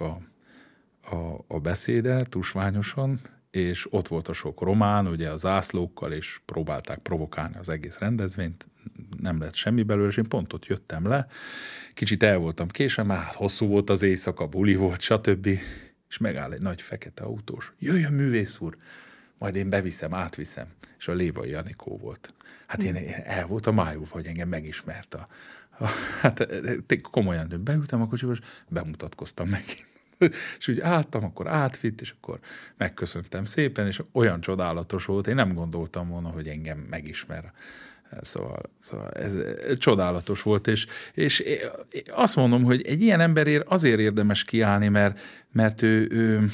S2: a beszéde tusványosan, és ott volt a sok román, ugye a zászlókkal, és próbálták provokálni az egész rendezvényt, nem lett semmi belőle, és én pont ott jöttem le, kicsit el voltam késve, már hát hosszú volt az éjszaka, buli volt, stb., és megáll egy nagy fekete autós, jöjjön művész úr, majd én beviszem, átviszem, és a Lévai Janikó volt. Hát én el volt a májú, hogy engem megismert hát komolyan beültem a kocsiba, és bemutatkoztam megint. És úgy álltam, akkor átvitt, és akkor megköszöntem szépen, és olyan csodálatos volt, én nem gondoltam volna, hogy engem megismer. Szóval ez csodálatos volt, és azt mondom, hogy egy ilyen emberért azért érdemes kiállni, mert ő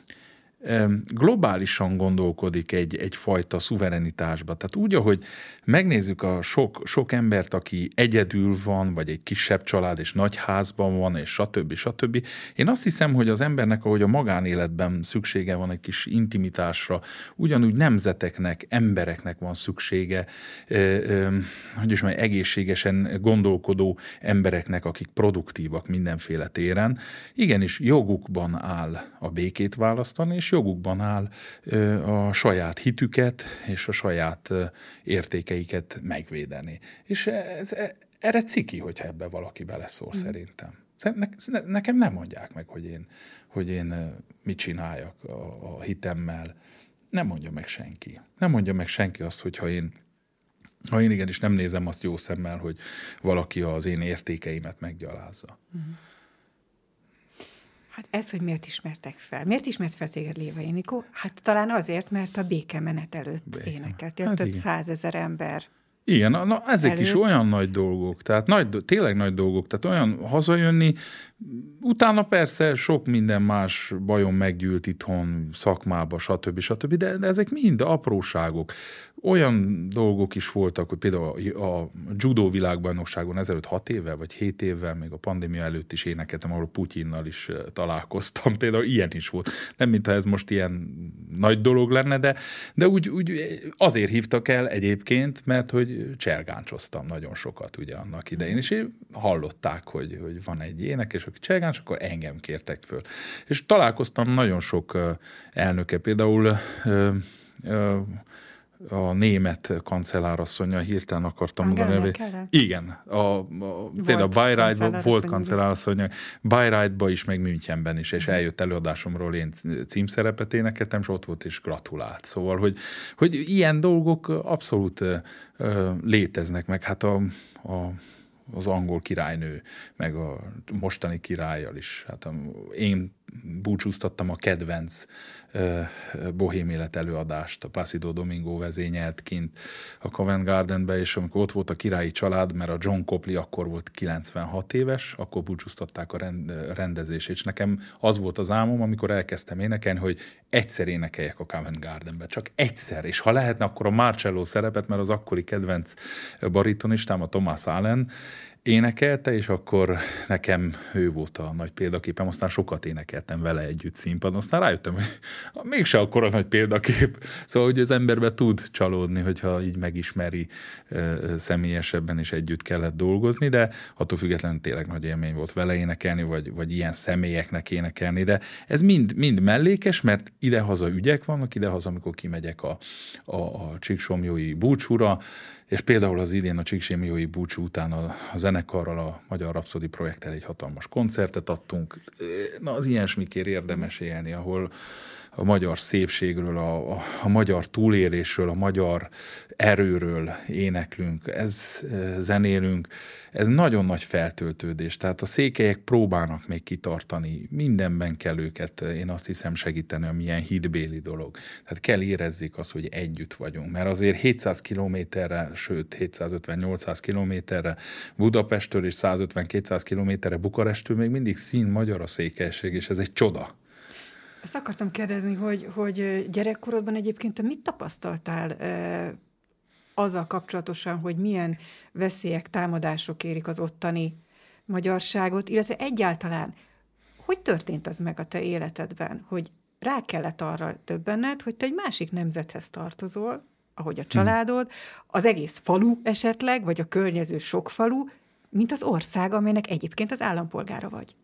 S2: globálisan gondolkodik egyfajta szuverenitásba. Tehát úgy, ahogy megnézzük a sok embert, aki egyedül van, vagy egy kisebb család, és nagy házban van, és stb. Én azt hiszem, hogy az embernek, ahogy a magánéletben szüksége van egy kis intimitásra, ugyanúgy nemzeteknek, embereknek van szüksége, egészségesen gondolkodó embereknek, akik produktívak mindenféle téren. Igenis, jogukban áll a békét választani, és jogukban áll a saját hitüket és a saját értékeiket megvédeni. És erre ciki, hogyha ebbe valaki beleszól szerintem. Nekem nem mondják meg, hogy én mit csináljak a hitemmel. Nem mondja meg senki. Nem mondja meg senki azt, hogyha én igenis nem nézem azt jó szemmel, hogy valaki az én értékeimet meggyalázza.
S1: Hát ez, hogy miért ismertek fel? Miért ismert fel téged Lévai Janikó? Hát talán azért, mert a békemenet előtt énekeltél. Hát több igen. 100 000 ember.
S2: Igen, ezek előtt. Is olyan nagy dolgok, tehát tényleg nagy dolgok, tehát olyan hazajönni, utána persze sok minden más bajom meggyűlt itthon, szakmába, stb., de ezek mind apróságok. Olyan dolgok is voltak, hogy például a judo világbajnokságon ezelőtt 6 évvel, vagy 7 évvel, még a pandémia előtt is énekeltem, ahol Putyinnal is találkoztam. Például ilyen is volt. Nem, mintha ez most ilyen nagy dolog lenne, de úgy azért hívtak el egyébként, mert hogy csergáncsoztam nagyon sokat ugye annak idején, és hallották, hogy van egy énekes, aki csergáncs, akkor engem kértek föl. És találkoztam nagyon sok elnöke, például a német kancellárasszonnyal hirtelen akartam mondani. Igen. Például Bayreuthban volt kancellárasszonnyal, Bayreuthban is, meg Münchenben is, és eljött előadásomról én címszerepet énekeltem, és ott volt és gratulált. Szóval, hogy ilyen dolgok abszolút léteznek, meg hát az angol királynő, meg a mostani királlyal is. Hát én búcsúztattam a kedvenc bohém élet előadást, a Plácido Domingo vezényelt kint a Covent Gardenbe, és amikor ott volt a királyi család, mert a John Copley akkor volt 96 éves, akkor búcsúztatták a rendezését, és nekem az volt az álmom, amikor elkezdtem énekelni, hogy egyszer énekeljek a Covent Gardenbe, csak egyszer, és ha lehetne, akkor a Marcello szerepet, mert az akkori kedvenc baritonistám, a Thomas Allen énekelte, és akkor nekem ő volt a nagy példaképem, aztán sokat énekeltem vele együtt színpadon, aztán rájöttem, hogy mégse akkora nagy példakép. Szóval, hogy az emberbe tud csalódni, hogyha így megismeri személyesebben, és együtt kellett dolgozni, de attól függetlenül tényleg nagy élmény volt vele énekelni, vagy ilyen személyeknek énekelni, de ez mind mellékes, mert idehaza ügyek vannak, idehaza, amikor kimegyek a Csíksomlyói búcsúra, és például az idén a Csíksomlyói búcsú után a zenekarral, a Magyar Rapszódi projekttel egy hatalmas koncertet adtunk. Na, az ilyesmikért érdemes élni, ahol a magyar szépségről, a magyar túlélésről, a magyar erőről éneklünk, zenélünk. Ez nagyon nagy feltöltődés. Tehát a székelyek próbálnak még kitartani. Mindenben kell őket, én azt hiszem, segíteni, ami ilyen hitbéli dolog. Tehát kell érezzék azt, hogy együtt vagyunk. Mert azért 700 kilométerre, sőt 750-800 kilométerre Budapesttől és 150-200 kilométerre Bukarestől még mindig szín magyar a székelység, és ez egy csoda.
S1: Ezt akartam kérdezni, hogy gyerekkorodban egyébként te mit tapasztaltál azzal kapcsolatosan, hogy milyen veszélyek, támadások érik az ottani magyarságot, illetve egyáltalán, hogy történt az meg a te életedben, hogy rá kellett arra döbbenned, hogy te egy másik nemzethez tartozol, ahogy a családod, az egész falu esetleg, vagy a környező sok falu, mint az ország, amelynek egyébként az állampolgára vagy.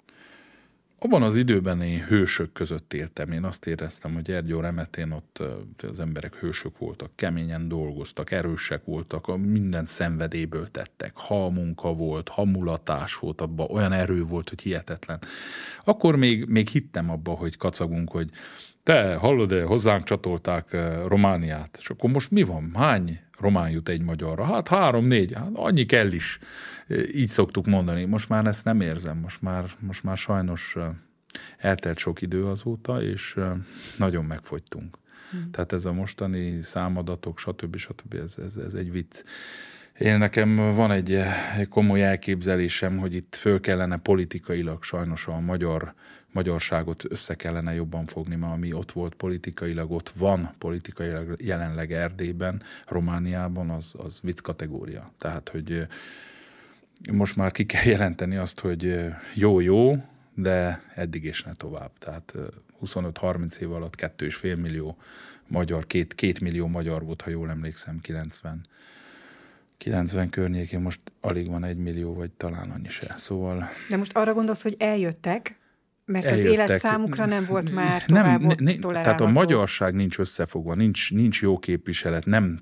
S2: Abban az időben én hősök között éltem. Én azt éreztem, hogy Gyergyó Remetén ott az emberek hősök voltak, keményen dolgoztak, erősek voltak, minden szenvedélyből tettek. Ha munka volt, ha mulatás volt, abban olyan erő volt, hogy hihetetlen. Akkor még hittem abba, hogy kacagunk, hogy te hallod-e, hozzánk csatolták Romániát, és akkor most mi van? Hány román jut egy magyarra? Hát 3-4, hát annyi kell is. Így szoktuk mondani. Most már ezt nem érzem. Most már sajnos eltelt sok idő azóta, és nagyon megfogytunk. Tehát ez a mostani számadatok, stb. Ez egy vicc. Nekem van egy komoly elképzelésem, hogy itt föl kellene politikailag sajnos a magyarságot össze kellene jobban fogni, mert ami ott volt politikailag, ott van politikailag jelenleg Erdélyben, Romániában, az vicc kategória. Tehát, hogy most már ki kell jelenteni azt, hogy jó, de eddig és ne tovább. Tehát 25-30 év alatt 2,5 millió magyar, 2 millió magyar volt, ha jól emlékszem, 90 környékén, most alig van 1 millió, vagy talán annyi se. Szóval... De
S1: most arra gondolsz, hogy eljöttek, mert az élet számukra nem volt már tovább tolerálható.
S2: Tehát a magyarság nincs összefogva, nincs jó képviselet,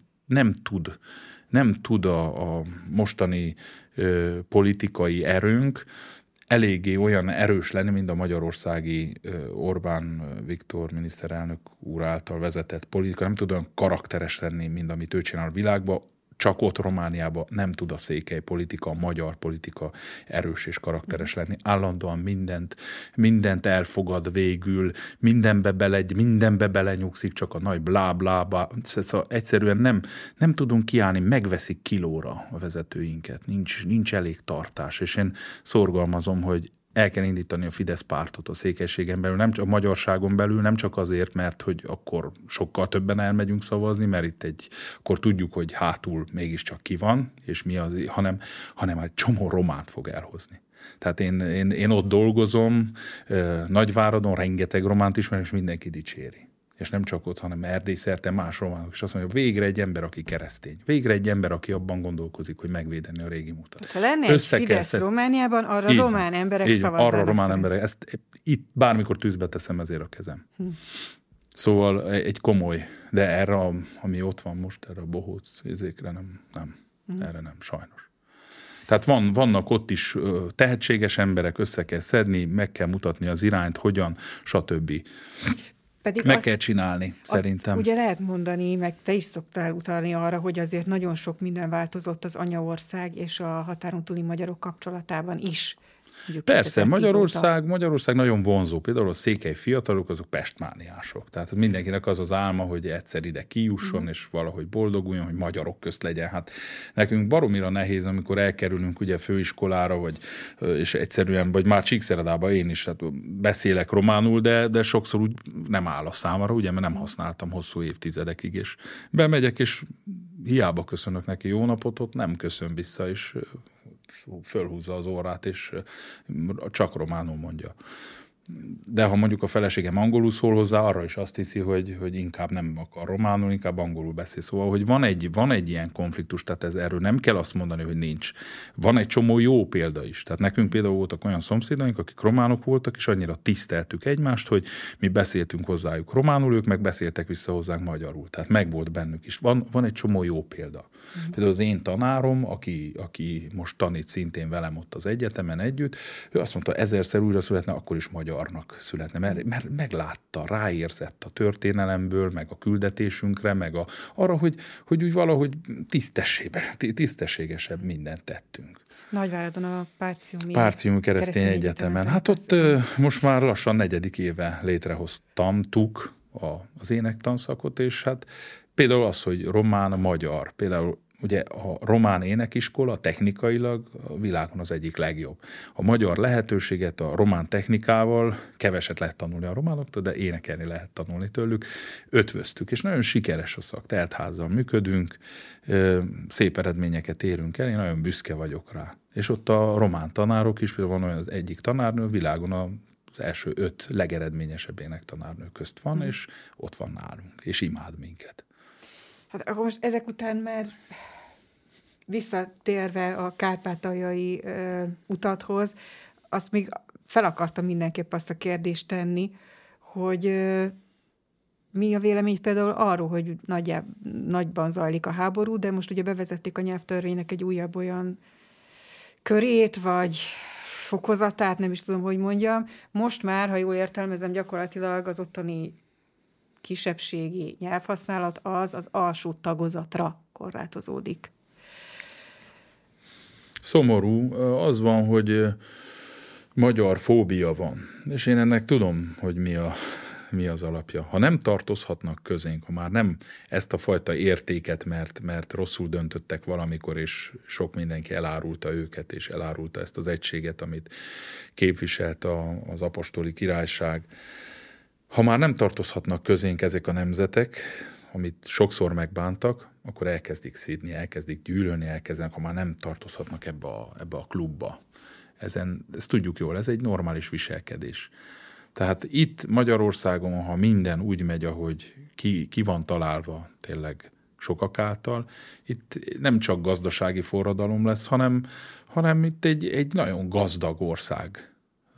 S2: nem tud a mostani politikai erőnk eléggé olyan erős lenni, mint a magyarországi Orbán Viktor miniszterelnök úr által vezetett politika, nem tud olyan karakteres lenni, mint amit ő csinál a világban. Csak ott Romániában nem tud a székely politika, a magyar politika erős és karakteres lenni. Állandóan mindent elfogad végül, mindenbe belenyugszik, csak a nagy blá-blá-blá. Szóval egyszerűen nem tudunk kiállni, megveszik kilóra a vezetőinket. Nincs elég tartás, és én szorgalmazom, hogy el kell indítani a Fidesz pártot a székelységen belül, nem csak a magyarságon belül, nem csak azért, mert hogy akkor sokkal többen elmegyünk szavazni, mert itt akkor tudjuk, hogy hátul mégiscsak ki van, és mi az, hanem egy csomó romát fog elhozni. Tehát én ott dolgozom, Nagyváradon rengeteg románt ismerem, és mindenki dicséri. És nem csak ott, hanem Erdély szerte más románok, és azt mondja, végre egy ember, aki keresztény. Végre egy ember, aki abban gondolkozik, hogy megvédeni a régi múltat.
S1: Ha lenne egy Fidesz Romániában, arra román emberek szavaznának.
S2: Arra román emberek. Ezt itt bármikor tűzbe teszem ezért a kezem. Szóval egy komoly, de erre, ami ott van most, erre a bohóc ézékre nem, erre nem, sajnos. Tehát vannak ott is tehetséges emberek, össze kell szedni, meg kell mutatni az irányt, hogyan, stb. Pedig meg kell csinálni, szerintem.
S1: Ugye lehet mondani, meg te is szoktál utalni arra, hogy azért nagyon sok minden változott az anyaország és a határon túli magyarok kapcsolatában is.
S2: Persze, Magyarország nagyon vonzó. Például a székely fiatalok, azok pestmániások. Tehát mindenkinek az az álma, hogy egyszer ide kijusson, és valahogy boldoguljon, hogy magyarok közt legyen. Hát nekünk baromira nehéz, amikor elkerülünk ugye főiskolára, és egyszerűen, vagy már Csíkszeredában én is beszélek románul, de sokszor úgy nem áll a számára, ugye, mert nem használtam hosszú évtizedekig, és bemegyek, és hiába köszönök neki jó napot, ott nem köszön vissza, és fölhúzza az orrát, és csak románul mondja. De ha mondjuk a feleségem angolul szól hozzá, arra is azt hiszi, hogy inkább nem akar románul, inkább angolul beszél. Szóval, hogy van egy ilyen konfliktus, tehát erről nem kell azt mondani, hogy nincs. Van egy csomó jó példa is. Tehát nekünk például voltak olyan szomszédaink, akik románok voltak, és annyira tiszteltük egymást, hogy mi beszéltünk hozzájuk románul, ők meg beszéltek vissza hozzánk magyarul. Tehát megvolt bennük is. Van egy csomó jó példa. Például az én tanárom, aki most tanít szintén velem ott az egyetemen együtt, ő azt mondta, 1000-szer újra születne, akkor is magyarnak születne, mert meglátta, ráérzett a történelemből, meg a küldetésünkre, meg arra, hogy úgy valahogy tisztességesebb mindent tettünk.
S1: Nagyváradon a
S2: Párciumi Keresztény Egyetemen. Hát ott most már lassan 4. éve létrehoztuk az énektanszakot, és hát például az, hogy román-magyar, például ugye a román énekiskola technikailag a világon az egyik legjobb. A magyar lehetőséget a román technikával, keveset lehet tanulni a románoktól, de énekelni lehet tanulni tőlük, ötvöztük, és nagyon sikeres a szak, teltházzal működünk, szép eredményeket érünk el, én nagyon büszke vagyok rá. És ott a román tanárok is, például van olyan az egyik tanárnő, világon az első 5 legeredményesebb énektanárnő közt van, és ott van nálunk, és imád minket.
S1: Hát akkor most ezek után már visszatérve a kárpátaljai utathoz, azt még fel akartam mindenképp azt a kérdést tenni, hogy mi a vélemény például arról, hogy nagyban zajlik a háború, de most ugye bevezették a nyelvtörvénynek egy újabb olyan körét, vagy fokozatát, nem is tudom, hogy mondjam. Most már, ha jól értelmezem, gyakorlatilag az ottani kisebbségi nyelvhasználat az alsó tagozatra korlátozódik.
S2: Szomorú. Az van, hogy magyar fóbia van. És én ennek tudom, hogy mi az alapja. Ha nem tartozhatnak közénk, ha már nem ezt a fajta értéket, mert rosszul döntöttek valamikor, és sok mindenki elárulta őket, és elárulta ezt az egységet, amit képviselt az apostoli királyság. Ha már nem tartozhatnak közénk ezek a nemzetek, amit sokszor megbántak, akkor elkezdik szídni, elkezdik gyűlölni, ha már nem tartozhatnak ebbe a klubba. Ezt tudjuk jól, ez egy normális viselkedés. Tehát itt Magyarországon, ha minden úgy megy, ahogy ki van találva tényleg sokak által, itt nem csak gazdasági forradalom lesz, hanem itt egy nagyon gazdag ország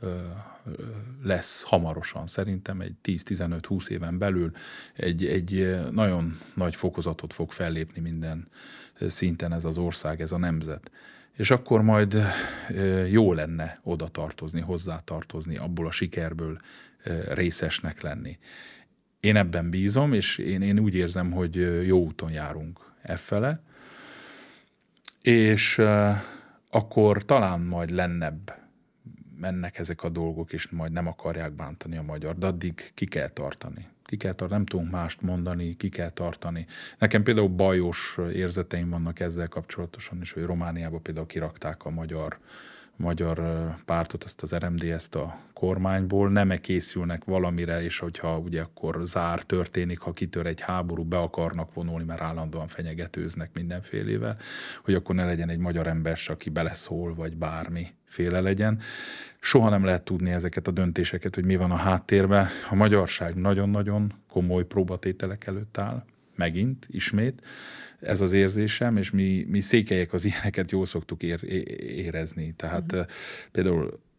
S2: lesz hamarosan. Szerintem egy 10-15-20 éven belül egy nagyon nagy fokozatot fog fellépni minden szinten ez az ország, ez a nemzet. És akkor majd jó lenne oda tartozni, hozzátartozni, abból a sikerből részesnek lenni. Én ebben bízom, és én úgy érzem, hogy jó úton járunk effele, és akkor talán majd lennebb mennek ezek a dolgok, és majd nem akarják bántani a magyar, de addig ki kell tartani. Nem tudunk mást mondani, ki kell tartani. Nekem például bajos érzeteim vannak ezzel kapcsolatosan is, hogy Romániában például kirakták a magyar pártot, ezt az RMDS-t a kormányból, nem készülnek valamire, és hogyha ugye akkor zár történik, ha kitör egy háború, be akarnak vonulni, mert állandóan fenyegetőznek mindenfélével, hogy akkor ne legyen egy magyar ember, aki beleszól, vagy bármiféle legyen. Soha nem lehet tudni ezeket a döntéseket, hogy mi van a háttérben. A magyarság nagyon-nagyon komoly próbatételek előtt áll, megint, ismét. Ez az érzésem, és mi székelyek az ilyeneket jól szoktuk érezni. Tehát például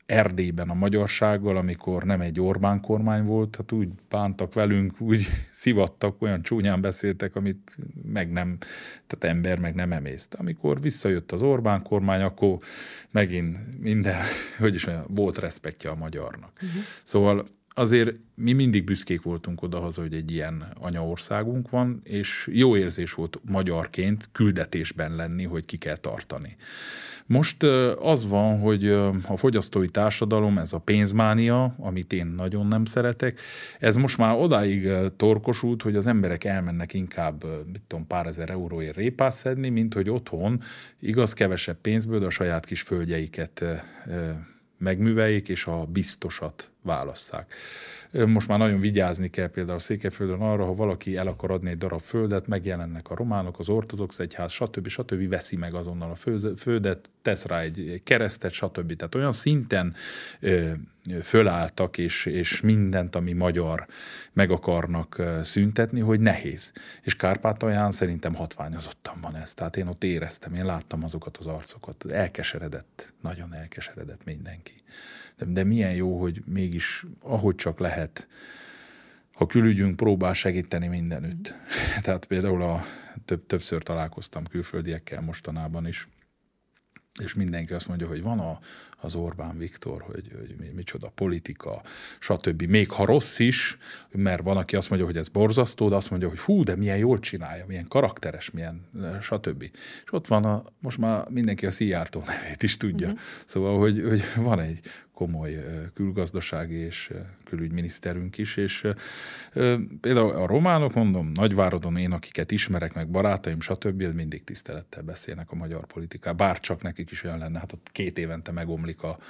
S2: Erdélyben a magyarsággal, amikor nem egy Orbán kormány volt, hát úgy bántak velünk, úgy szivattak, olyan csúnyán beszéltek, amit meg nem, tehát ember meg nem emészt. Amikor visszajött az Orbán kormány, akkor megint minden, hogy is mondjam, volt respektje a magyarnak. Szóval azért mi mindig büszkék voltunk odahaza, hogy egy ilyen anyaországunk van, és jó érzés volt magyarként küldetésben lenni, hogy ki kell tartani. Most az van, hogy a fogyasztói társadalom, ez a pénzmánia, amit én nagyon nem szeretek, ez most már odáig torkosult, hogy az emberek elmennek inkább, mit tudom, pár ezer euróért répát szedni, mint hogy otthon igaz kevesebb pénzből a saját kis földjeiket megműveljék, és a biztosat válasszák. Most már nagyon vigyázni kell például a Székelyföldön arra, ha valaki el akar adni egy darab földet, megjelennek a románok, az ortodox egyház, stb. Veszi meg azonnal a földet, tesz rá egy keresztet, stb. Tehát olyan szinten fölálltak, és mindent, ami magyar, meg akarnak szüntetni, hogy nehéz. És Kárpátalján szerintem hatványozottan van ez. Tehát én ott éreztem, én láttam azokat az arcokat. Elkeseredett, nagyon elkeseredett mindenki. De milyen jó, hogy mégis, ahogy csak lehet, a külügyünk próbál segíteni mindenütt. Tehát például többször találkoztam külföldiekkel mostanában is, és mindenki azt mondja, hogy van az Orbán Viktor, hogy micsoda politika, stb. Még ha rossz is, mert van, aki azt mondja, hogy ez borzasztó, de azt mondja, hogy hú, de milyen jól csinálja, milyen karakteres, milyen stb. És ott van most már mindenki a Szijjártó nevét is tudja. Szóval, hogy van egy komoly külgazdasági és külügyminiszterünk is, és például a románok, mondom, Nagyváradon én, akiket ismerek, meg barátaim, stb., mindig tisztelettel beszélnek a magyar politikát, bár csak nekik is olyan lenne, hát ott 2 évente megomlik a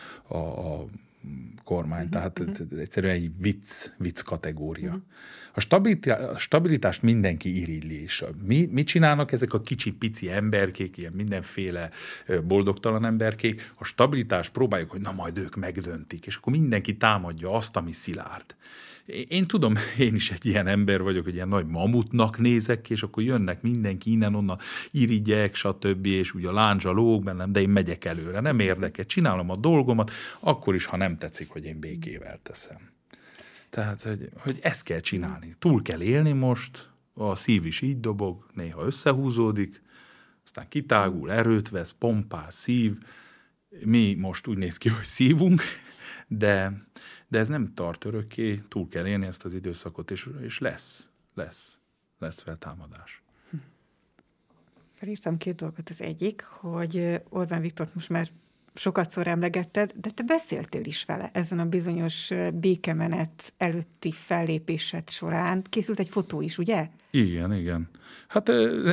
S2: kormány, tehát egyszerűen egy vicc kategória. A stabilitást mindenki irigyli is. Mit csinálnak ezek a kicsi, pici emberkék, ilyen mindenféle boldogtalan emberkék? A stabilitást próbáljuk, hogy na majd ők megdöntik, és akkor mindenki támadja azt, ami szilárd. Én tudom, én is egy ilyen ember vagyok, hogy ilyen nagy mamutnak nézek ki, és akkor jönnek mindenki innen-onnan, irigyek, stb., és ugye a lándzsa lóg bennem, de én megyek előre, nem érdekel, csinálom a dolgomat, akkor is, ha nem tetszik, hogy én békével teszem. Tehát, hogy ezt kell csinálni. Túl kell élni most, a szív is így dobog, néha összehúzódik, aztán kitágul, erőt vesz, pompás, szív. Mi most úgy néz ki, hogy szívunk, de ez nem tart örökké, túl kell élni ezt az időszakot, és lesz feltámadás.
S1: Felírtam 2 dolgot. Az egyik, hogy Orbán Viktort most már sokatszor emlegetted, de te beszéltél is vele ezen a bizonyos békemenet előtti fellépésed során. Készült egy fotó is, ugye?
S2: Igen. Hát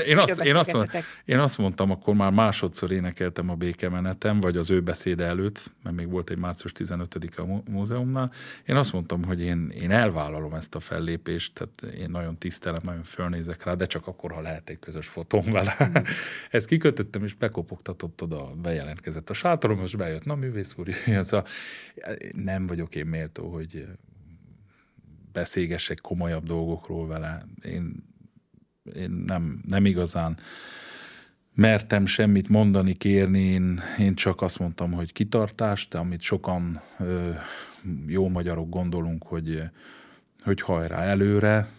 S2: én azt mondtam, akkor már másodszor énekeltem a békemenetem, vagy az ő beszéde előtt, mert még volt egy március 15-e a múzeumnál. Én azt mondtam, hogy én elvállalom ezt a fellépést, tehát én nagyon tisztelem, nagyon fölnézek rá, de csak akkor, ha lehet egy közös fotóm vele. Ezt kikötöttem, és bekopogtatott oda, bejelentkezett a sátorom, most bejött, na művész úr, szóval nem vagyok én méltó, hogy beszélgessek komolyabb dolgokról vele. Én nem igazán mertem semmit mondani, kérni, én csak azt mondtam, hogy kitartást, de amit sokan jó magyarok gondolunk, hogy hajrá előre.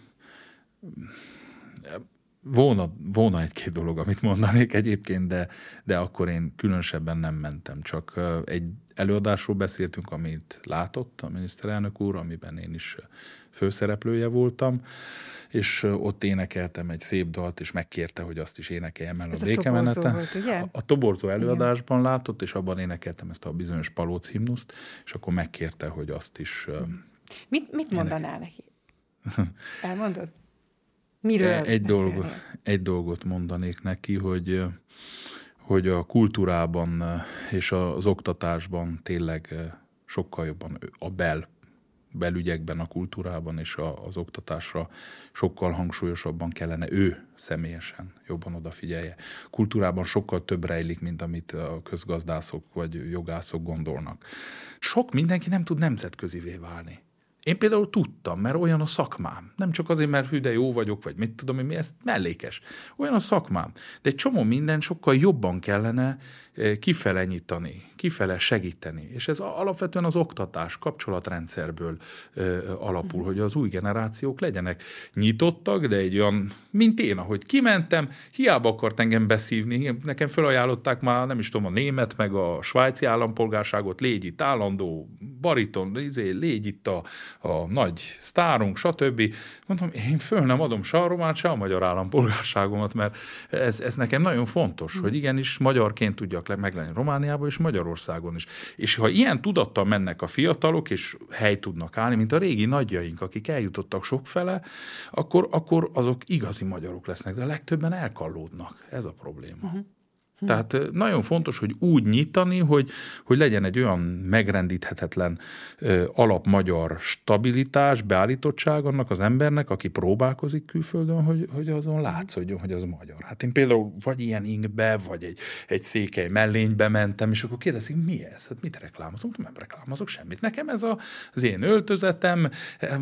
S2: Volna 1-2 dolog, amit mondanék egyébként, de akkor én különösebben nem mentem. Csak egy előadásról beszéltünk, amit látott a miniszterelnök úr, amiben én is főszereplője voltam, és ott énekeltem egy szép dalt, és megkérte, hogy azt is énekeljem el a békemeneten. A Toborzó előadásban látott, és abban énekeltem ezt a bizonyos Palóc himnuszt, és akkor megkérte, hogy azt is...
S1: Mit mondanál neki? Elmondod? Miről
S2: egy dolgot mondanék neki, hogy a kultúrában és az oktatásban tényleg sokkal jobban a belügyekben, a kultúrában és az oktatásra sokkal hangsúlyosabban kellene ő személyesen jobban odafigyelje. Kultúrában sokkal több rejlik, mint amit a közgazdászok vagy jogászok gondolnak. Mindenki nem tud nemzetközivé válni. Én például tudtam, mert olyan a szakmám. Nem csak azért, mert hű, de jó vagyok, vagy mit tudom én, mi ez mellékes. Olyan a szakmám. De egy csomó minden sokkal jobban kellene kifele nyitani, kifele segíteni. És ez alapvetően az oktatás, kapcsolatrendszerből alapul, hogy az új generációk legyenek nyitottak, de egy olyan, mint én, ahogy kimentem, hiába akart engem beszívni, nekem felajánlották már, nem is tudom, a német, meg a svájci állampolgárságot, légy itt állandó, bariton, légy itt a nagy sztárunk, stb. Mondtam, én föl nem adom se a román, se a magyar állampolgárságomat, mert ez nekem nagyon fontos, hogy igenis magyarként tudjak meglenni Romániában és Magyarországon is. És ha ilyen tudattal mennek a fiatalok, és hely tudnak állni, mint a régi nagyjaink, akik eljutottak sokfele, akkor azok igazi magyarok lesznek, de a legtöbben elkallódnak. Ez a probléma. Tehát nagyon fontos, hogy úgy nyitani, hogy legyen egy olyan megrendíthetetlen alapmagyar stabilitás, beállítottság annak az embernek, aki próbálkozik külföldön, hogy azon látszódjon, hogy az magyar. Hát én például vagy ilyen ingbe, vagy egy székely mellénybe mentem, és akkor kérdezik, mi ez? Hát mit reklámozom? Nem reklámozok semmit. Nekem ez az én öltözetem,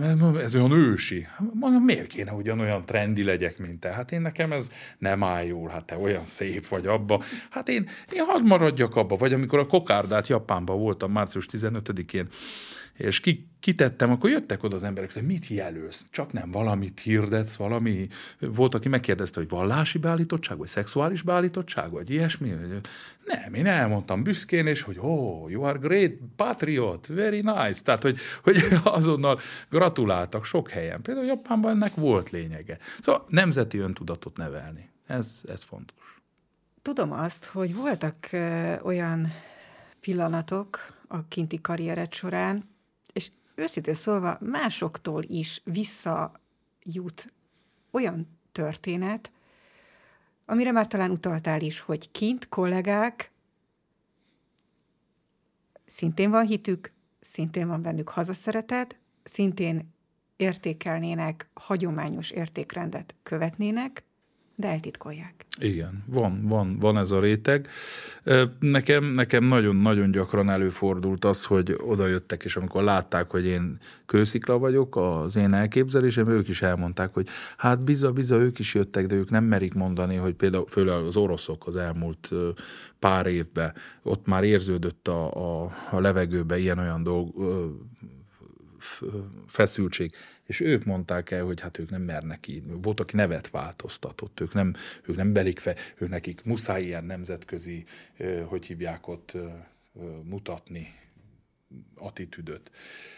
S2: ez olyan ősi. Mondom, miért kéne ugyanolyan trendi legyek, mint te? Hát én nekem ez nem áll jól, hát te olyan szép vagy abba. Hát én hadd maradjak abba, vagy amikor a kokárdát Japánban voltam március 15-én, és kitettem, akkor jöttek oda az emberek, hogy mit jelölsz? Csak nem valamit hirdetsz, valami... Volt, aki megkérdezte, hogy vallási beállítottság, vagy szexuális beállítottság, vagy ilyesmi. Nem, én elmondtam büszkén, és hogy you are great patriot, very nice. Tehát, hogy azonnal gratuláltak sok helyen. Például Japánban ennek volt lényege. Szóval nemzeti öntudatot nevelni. Ez fontos.
S1: Tudom azt, hogy voltak olyan pillanatok a kinti karriered során, és őszintén szólva másoktól is visszajut olyan történet, amire már talán utaltál is, hogy kint kollégák, szintén van hitük, szintén van bennük hazaszeretet, szintén értékelnének, hagyományos értékrendet követnének, de eltitkolják.
S2: Igen, van ez a réteg. Nekem nagyon-nagyon gyakran előfordult az, hogy oda jöttek, és amikor látták, hogy én kőszikla vagyok, az én elképzelésem, ők is elmondták, hogy hát biza, ők is jöttek, de ők nem merik mondani, hogy például az oroszok az elmúlt pár évben, ott már érződött a levegőben ilyen-olyan feszültség, és ők mondták el, hogy hát ők nem mernek így. Volt, aki nevet változtatott, ők nem belik fel, ők nekik muszáj ilyen nemzetközi, hogy hívják ott, mutatni attitűdöt.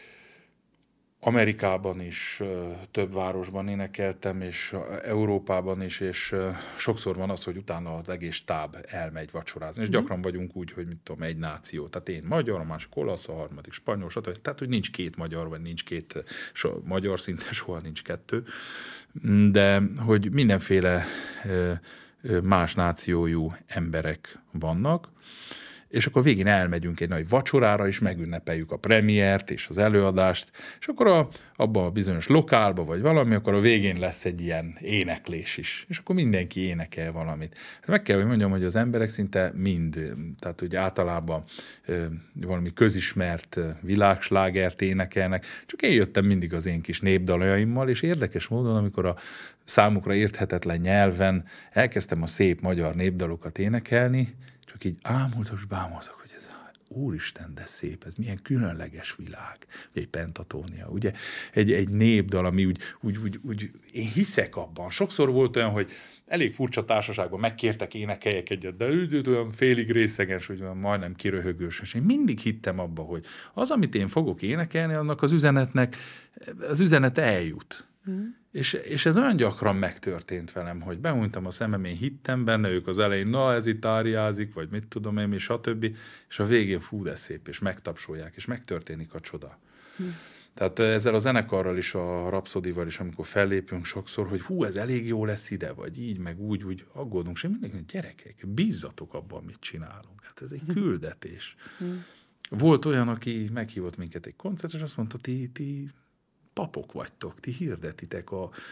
S2: Amerikában is több városban énekeltem, és Európában is, és sokszor van az, hogy utána az egész stáb elmegy vacsorázni, és gyakran vagyunk úgy, hogy mit tudom, egy náció. Tehát én magyar, a másik olasz, a harmadik spanyol, stb. Tehát, hogy nincs két magyar, vagy nincs két magyar, szinte soha nincs kettő, de hogy mindenféle más nációjú emberek vannak, és akkor végén elmegyünk egy nagy vacsorára, és megünnepeljük a premiért és az előadást, és akkor abban a bizonyos lokálba, vagy valami, akkor a végén lesz egy ilyen éneklés is, és akkor mindenki énekel valamit. Meg kell, hogy mondjam, hogy az emberek szinte mind, tehát ugye általában valami közismert világslágert énekelnek, csak én jöttem mindig az én kis népdalaimmal, és érdekes módon, amikor a számukra érthetetlen nyelven elkezdtem a szép magyar népdalokat énekelni, csak így ámultak és bámultak, hogy ez, úristen, de szép, ez milyen különleges világ. Ugye egy pentatónia, ugye egy népdal, ami úgy én hiszek abban. Sokszor volt olyan, hogy elég furcsa társaságban megkértek énekeljek egyet, de olyan félig részeges, hogy majdnem kiröhögős. És én mindig hittem abba, hogy az, amit én fogok énekelni, annak az üzenete eljut. És ez olyan gyakran megtörtént velem, hogy bemújtam a szemem, én hittem benne, ők az elején, na ez itt áriázik, vagy mit tudom én, és stb. És a végén fú, de szép, és megtapsolják, és megtörténik a csoda. Tehát ezzel a zenekarral is, a Rapszodival is, amikor fellépünk sokszor, hogy hú, ez elég jó lesz ide, vagy így, meg úgy aggódunk, és mindig, gyerekek, bízzatok abban, mit csinálunk. Hát ez egy küldetés. Volt olyan, aki meghívott minket egy koncert, és azt mondta, ti papok vagytok, ti hirdetitek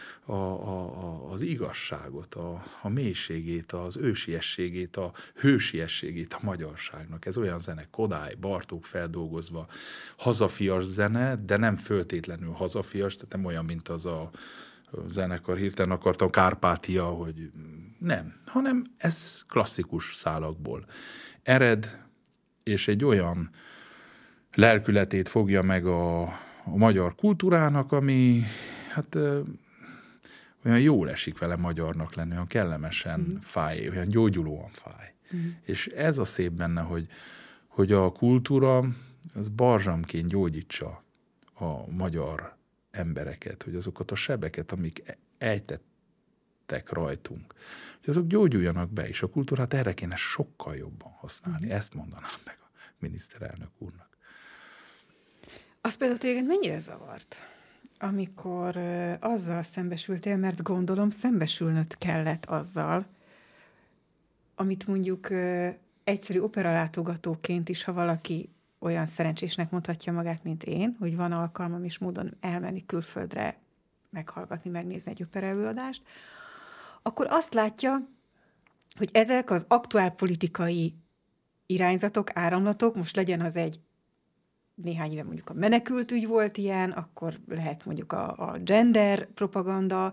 S2: az igazságot, a mélységét, az ősiességét, a hősiességét a magyarságnak. Ez olyan zene, Kodály, Bartók feldolgozva, hazafias zene, de nem föltétlenül hazafias, tehát nem olyan, mint az a zenekar, hirtelen akartam, Kárpátia, hogy nem, hanem ez klasszikus szálakból ered, és egy olyan lelkületét fogja meg a magyar kultúrának, ami hát olyan jól esik vele magyarnak lenni, olyan kellemesen fáj, olyan gyógyulóan fáj. És ez a szép benne, hogy a kultúra az barzsamként gyógyítsa a magyar embereket, hogy azokat a sebeket, amik ejtettek rajtunk, hogy azok gyógyuljanak be, és a kultúrát erre kéne sokkal jobban használni. Ezt mondanám meg a miniszterelnök úrnak.
S1: Az például téged mennyire zavart, amikor azzal szembesültél, mert gondolom szembesülnöd kellett azzal, amit mondjuk egyszerű operalátogatóként is, ha valaki olyan szerencsésnek mondhatja magát, mint én, hogy van alkalmam és módon elmenni külföldre, meghallgatni, megnézni egy operaelőadást, akkor azt látja, hogy ezek az aktuál politikai irányzatok, áramlatok, most legyen az egy néhány éve mondjuk a menekültügy volt ilyen, akkor lehet mondjuk a gender propaganda,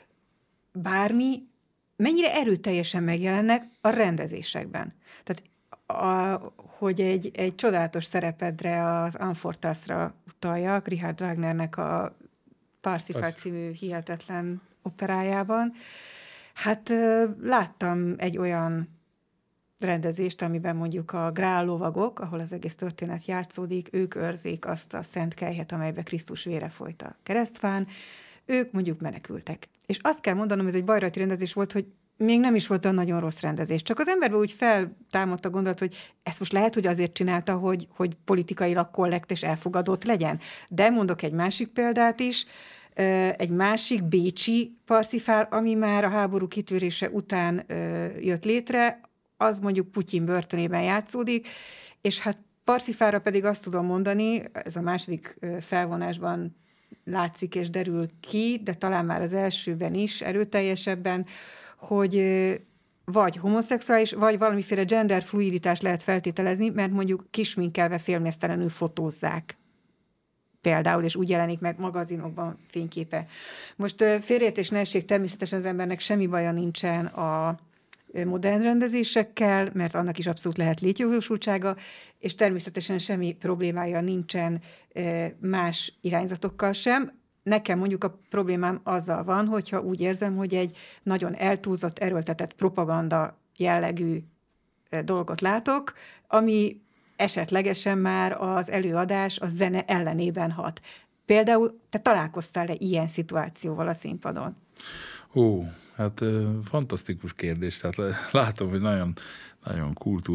S1: bármi, mennyire erőteljesen megjelennek a rendezésekben. Tehát, hogy egy csodálatos szerepedre, az Anfortasra utaljak, Richard Wagnernek a Parsifal című hihetetlen operájában. Hát láttam egy olyan rendezést, amiben mondjuk a grál lovagok, ahol az egész történet játszódik, ők őrzik azt a szent kelyhet, amelybe Krisztus vére folyt a keresztfán, ők mondjuk menekültek. És azt kell mondanom, ez egy bajrajti rendezés volt, hogy még nem is volt olyan nagyon rossz rendezés. Csak az emberben úgy feltámadt a gondolat, hogy ezt most lehet, hogy azért csinálta, hogy politikailag korrekt és elfogadott legyen. De mondok egy másik példát is, egy másik bécsi Parsifal, ami már a háború kitörése után jött létre, az mondjuk Putyin börtönében játszódik, és hát Parsifalra pedig azt tudom mondani, ez a második felvonásban látszik és derül ki, de talán már az elsőben is erőteljesebben, hogy vagy homoszexuális, vagy valamiféle genderfluiditás lehet feltételezni, mert mondjuk kisminkelve félmeztelenül fotózzák. Például, és úgy jelenik meg magazinokban fényképe. Most félreértés ne essék, természetesen az embernek semmi baja nincsen a modern rendezésekkel, mert annak is abszolút lehet létjogosultsága, és természetesen semmi problémája nincsen más irányzatokkal sem. Nekem mondjuk a problémám azzal van, hogyha úgy érzem, hogy egy nagyon eltúlzott, erőltetett propaganda jellegű dolgot látok, ami esetlegesen már az előadás, a zene ellenében hat. Például te találkoztál-e ilyen szituációval a színpadon?
S2: Ó, hát fantasztikus kérdés. Tehát látom, hogy nagyon, nagyon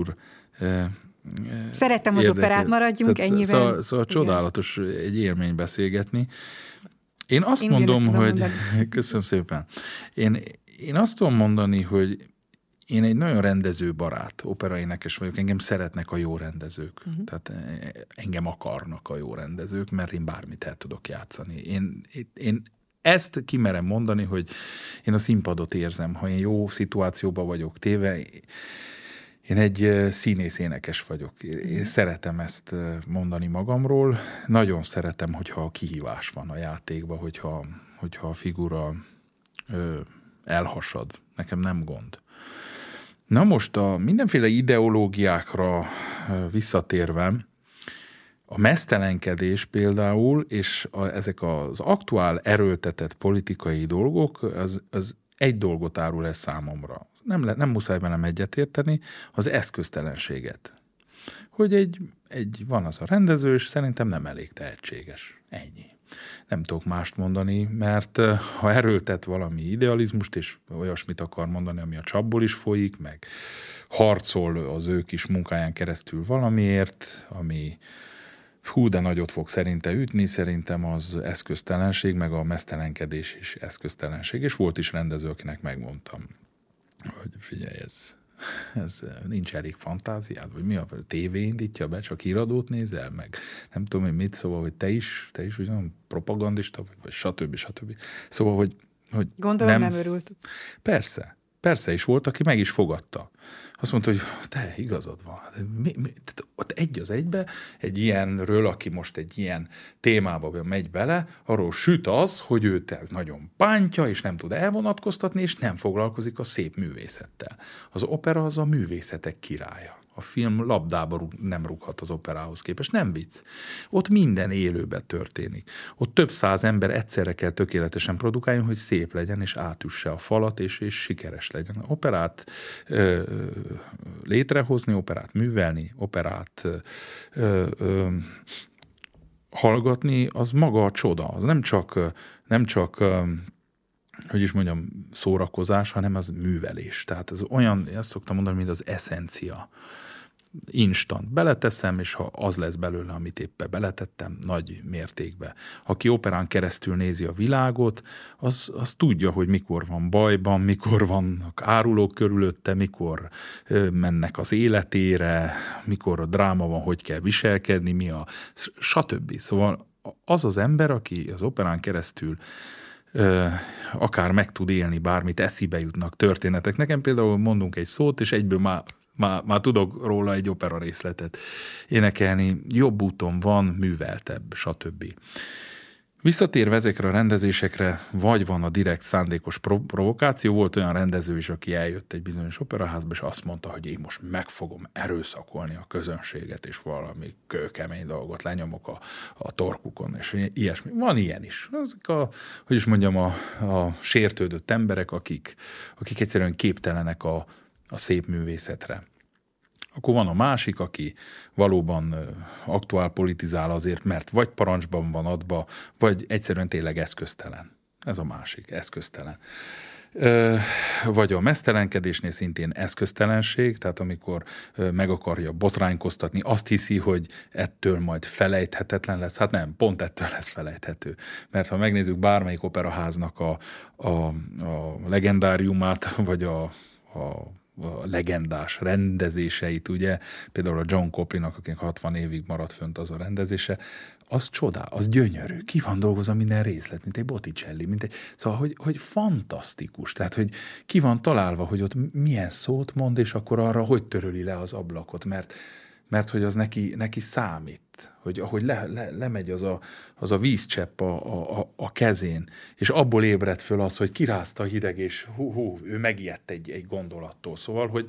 S1: szerettem az operát, maradjunk ennyiben.
S2: Szóval csodálatos egy élmény beszélgetni. Én azt mondom, hogy... Köszönöm szépen. Én azt tudom mondani, hogy én egy nagyon rendezőbarát operaénekes vagyok, engem szeretnek a jó rendezők. Tehát engem akarnak a jó rendezők, mert én bármit el tudok játszani. Én ezt kimerem mondani, hogy én a színpadot érzem, ha én jó szituációban vagyok téve, én egy színész-énekes vagyok. Én szeretem ezt mondani magamról. Nagyon szeretem, hogyha kihívás van a játékban, hogyha a figura elhasad. Nekem nem gond. Na most a mindenféle ideológiákra visszatérve, a meztelenkedés például, és ezek az aktuál erőltetett politikai dolgok, az egy dolgot árul el számomra. Nem muszáj velem egyetérteni, az eszköztelenséget. Hogy van az a rendező, és szerintem nem elég tehetséges. Ennyi. Nem tudok mást mondani, mert ha erőltet valami idealizmust, és olyasmit akar mondani, ami a csapból is folyik, meg harcol az ő kis munkáján keresztül valamiért, ami de nagyot fog szerinte ütni, szerintem az eszköztelenség, meg a meztelenkedés is eszköztelenség, és volt is rendező, akinek megmondtam, hogy figyelj, ez nincs elég fantáziád, vagy mi a tévé indítja be, csak híradót nézel meg, nem tudom én mit, szóval, hogy te is ugyan propagandista, vagy stb. Szóval, hogy
S1: gondolom nem örült.
S2: Persze is volt, aki meg is fogadta. Azt mondta, hogy te igazad van. Ott egy az egybe egy ilyenről, aki most egy ilyen témába megy bele, arról süt az, hogy őt ez nagyon bántja, és nem tud elvonatkoztatni, és nem foglalkozik a szép művészettel. Az opera az a művészetek királya. A film labdába nem rúghat az operához képest. Nem vicc. Ott minden élőben történik. Ott több száz ember egyszerre kell tökéletesen produkáljon, hogy szép legyen, és átüsse a falat, és sikeres legyen. Operát létrehozni, operát művelni, operát hallgatni, az maga a csoda. Az nem csak hogy is mondjam, szórakozás, hanem az művelés. Tehát ez olyan, azt szoktam mondani, mint az eszencia. Instant beleteszem, és ha az lesz belőle, amit éppen beletettem, nagy mértékben. Aki operán keresztül nézi a világot, az tudja, hogy mikor van bajban, mikor vannak árulók körülötte, mikor mennek az életére, mikor a dráma van, hogy kell viselkedni, stb. Szóval az az ember, aki az operán keresztül akár meg tud élni bármit, eszébe jutnak történetek. Nekem például mondunk egy szót, és egyből már tudok róla egy opera részletet énekelni. Jobb úton van, műveltebb, stb. Visszatérve ezekre a rendezésekre, vagy van a direkt szándékos provokáció, volt olyan rendező is, aki eljött egy bizonyos operaházba, és azt mondta, hogy én most meg fogom erőszakolni a közönséget, és valami kőkemény dolgot lenyomok a torkukon, és ilyesmi. Van ilyen is. Ezek hogy is mondjam, a sértődött emberek, akik egyszerűen képtelenek a szép művészetre. Akkor van a másik, aki valóban aktuál politizál azért, mert vagy parancsban van adva, vagy egyszerűen tényleg eszköztelen. Ez a másik, eszköztelen. Vagy a meztelenkedésnél szintén eszköztelenség, tehát amikor meg akarja botránkoztatni, azt hiszi, hogy ettől majd felejthetetlen lesz. Hát nem, pont ettől lesz felejthető. Mert ha megnézzük bármelyik operaháznak a legendáriumát, vagy a legendás rendezéseit, ugye, például a John Copleynak, akinek 60 évig maradt fönt az a rendezése, az az gyönyörű, ki van dolgozva minden részlet, mint egy Botticelli, szóval, hogy fantasztikus, tehát, hogy ki van találva, hogy ott milyen szót mond, és akkor arra hogy töröli le az ablakot, mert hogy az neki számít, hogy ahogy lemegy az a vízcsepp a kezén, és abból ébred föl az, hogy kirázta a hideg, és ő megijedt egy gondolattól. Szóval, hogy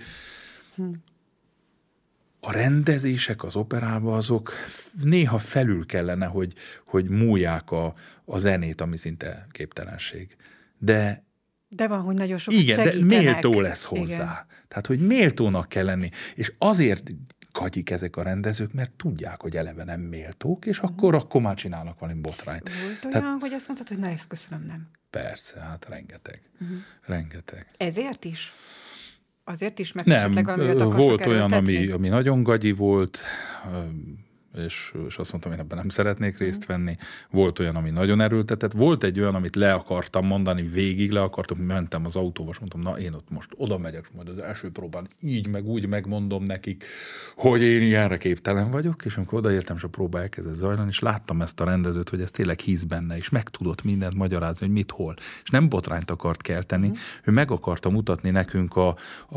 S2: a rendezések az operában azok néha felül kellene, hogy múlják a zenét, ami szinte képtelenség. De
S1: van, hogy nagyon sokat
S2: segítenek. Igen, de méltó lesz hozzá. Igen. Tehát, hogy méltónak kell lenni. És azért kagyik ezek a rendezők, mert tudják, hogy eleve nem méltók, és akkor már csinálnak valami botrányt.
S1: Volt olyan, hogy azt mondtad, hogy na, ezt köszönöm, nem?
S2: Persze, hát rengeteg. Rengeteg.
S1: Ezért is? Azért is, mert
S2: nem,
S1: esetleg valamiért akartak
S2: volt olyan, ami nagyon gagyi volt, és azt mondtam, hogy ebben nem szeretnék részt venni. Volt olyan, ami nagyon erőltetett. Volt egy olyan, amit le akartam mondani, végig le akartam, mentem az autóba, és mondtam, na én ott most oda megyek, majd az első próbán így meg úgy megmondom nekik, hogy én ilyenre képtelen vagyok, és amikor odaértem, és a próba elkezdett zajlani, és láttam ezt a rendezőt, hogy ez tényleg hisz benne, és meg tudott mindent magyarázni, hogy mit, hol. És nem botrányt akart kelteni, ő meg akarta mutatni nekünk a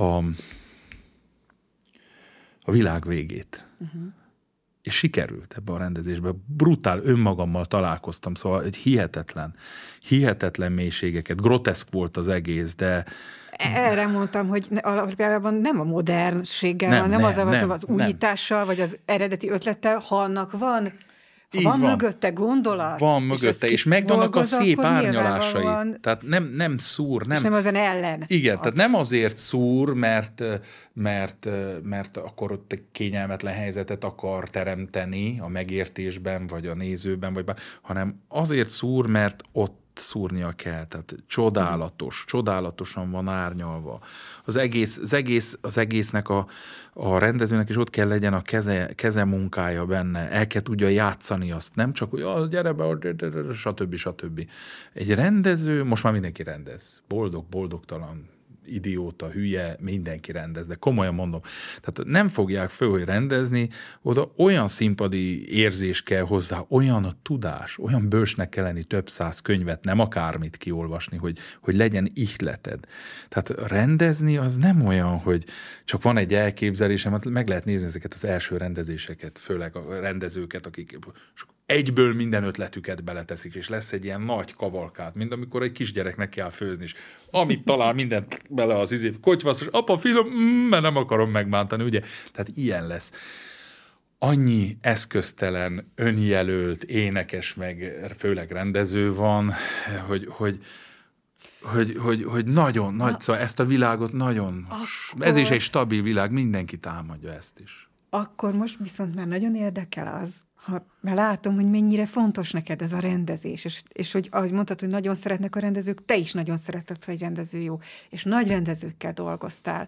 S2: világ végét. És sikerült ebbe a rendezésbe. Brutál önmagammal találkoztam, szóval egy hihetetlen mélységeket, groteszk volt az egész, de...
S1: Erre mondtam, hogy alapjában nem a modernséggel, nem az újítással, vagy az eredeti ötlettel, ha annak van mögötte gondolat.
S2: Van mögötte, és megvannak a szép árnyalásai. Tehát nem szúr.
S1: És nem azon ellen.
S2: Igen, tehát nem azért szúr, mert akkor ott egy kényelmetlen helyzetet akar teremteni a megértésben, vagy a nézőben, hanem azért szúr, mert ott szúrnia kell, tehát csodálatosan van árnyalva. Az egésznek a rendezőnek is ott kell legyen a keze munkája benne, el kell tudja játszani azt, nem csak, hogy gyere be, stb. Egy rendező, most már mindenki rendez, boldog-boldogtalan, idióta, hülye, mindenki rendez, de komolyan mondom. Tehát nem fogják föl, hogy rendezni, oda olyan színpadi érzés kell hozzá, olyan a tudás, olyan bölcsnek kell lenni több száz könyvet, nem akármit kiolvasni, hogy legyen ihleted. Tehát rendezni az nem olyan, hogy csak van egy elképzelésem, hát meg lehet nézni ezeket az első rendezéseket, főleg a rendezőket, akik egyből minden ötletüket beleteszik, és lesz egy ilyen nagy kavalkát, mint amikor egy kisgyereknek kell főzni, és amit talál, mindent bele az kotyvasz, és apa, finom, mert nem akarom megbántani, ugye? Tehát ilyen lesz. Annyi eszköztelen, önjelölt, énekes, meg főleg rendező van, hogy nagyon nagy, szóval ezt a világot nagyon, akkor, ez is egy stabil világ, mindenki támadja ezt is.
S1: Akkor most viszont már nagyon érdekel az, mert látom, hogy mennyire fontos neked ez a rendezés, és hogy ahogy mondtad, hogy nagyon szeretnek a rendezők, te is nagyon szereted, hogy rendező jó, és nagy rendezőkkel dolgoztál.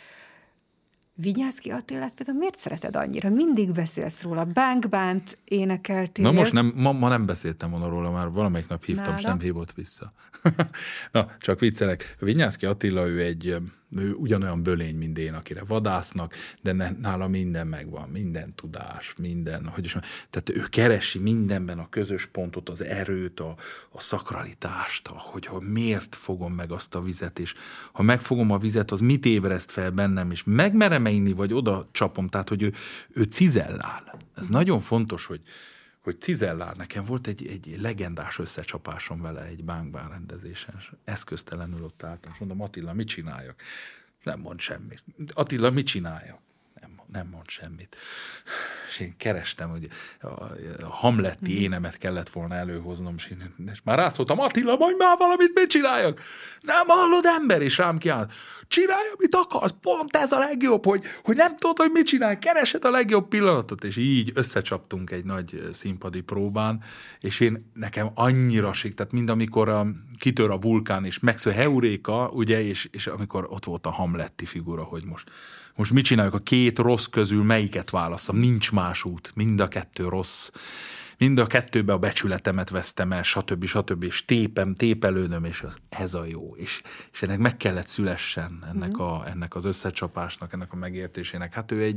S1: Vinyánszky Attilát például miért szereted annyira? Mindig beszélsz róla. Bánk-bánt énekeltél.
S2: Na most ma nem beszéltem volna róla, már valamelyik nap hívtam, és nem hívott vissza. Na, csak viccelek. Vinyánszky Attila, ő ugyanolyan bölény, mint én, akire vadásznak, de nála minden megvan, minden tudás, minden, tehát ő keresi mindenben a közös pontot, az erőt, a szakralitást, hogy miért fogom meg azt a vizet, és ha megfogom a vizet, az mit ébreszt fel bennem, és megmerem inni, vagy oda csapom, tehát, hogy ő cizellál. Ez nagyon fontos, hogy cizellál. Nekem volt egy legendás összecsapásom vele egy bánkbán rendezésen. Eszköztelenül ott álltam, és mondom, Attila, mit csináljak? Nem mond semmit. Attila, mit csináljak? Nem mond semmit. És én kerestem, hogy a hamletti énemet kellett volna előhoznom, és már rászóltam, Attila, mondj már valamit, mit csináljak? Nem hallod, ember, és rám kiáll. Csinálj, amit akarsz, pont ez a legjobb, hogy nem tudod, hogy mit csinálj, keresed a legjobb pillanatot, és így összecsaptunk egy nagy színpadi próbán, és nekem annyira tehát mind amikor kitör a vulkán, és megszól heuréka, ugye, és amikor ott volt a hamletti figura, hogy most mit csináljuk, a két rossz közül melyiket választom? Nincs más út, mind a kettő rossz. Mind a kettőbe a becsületemet vesztem el, stb. És tépelődöm, és ez a jó. És ennek meg kellett szülessen, ennek az összecsapásnak, ennek a megértésének. Hát ő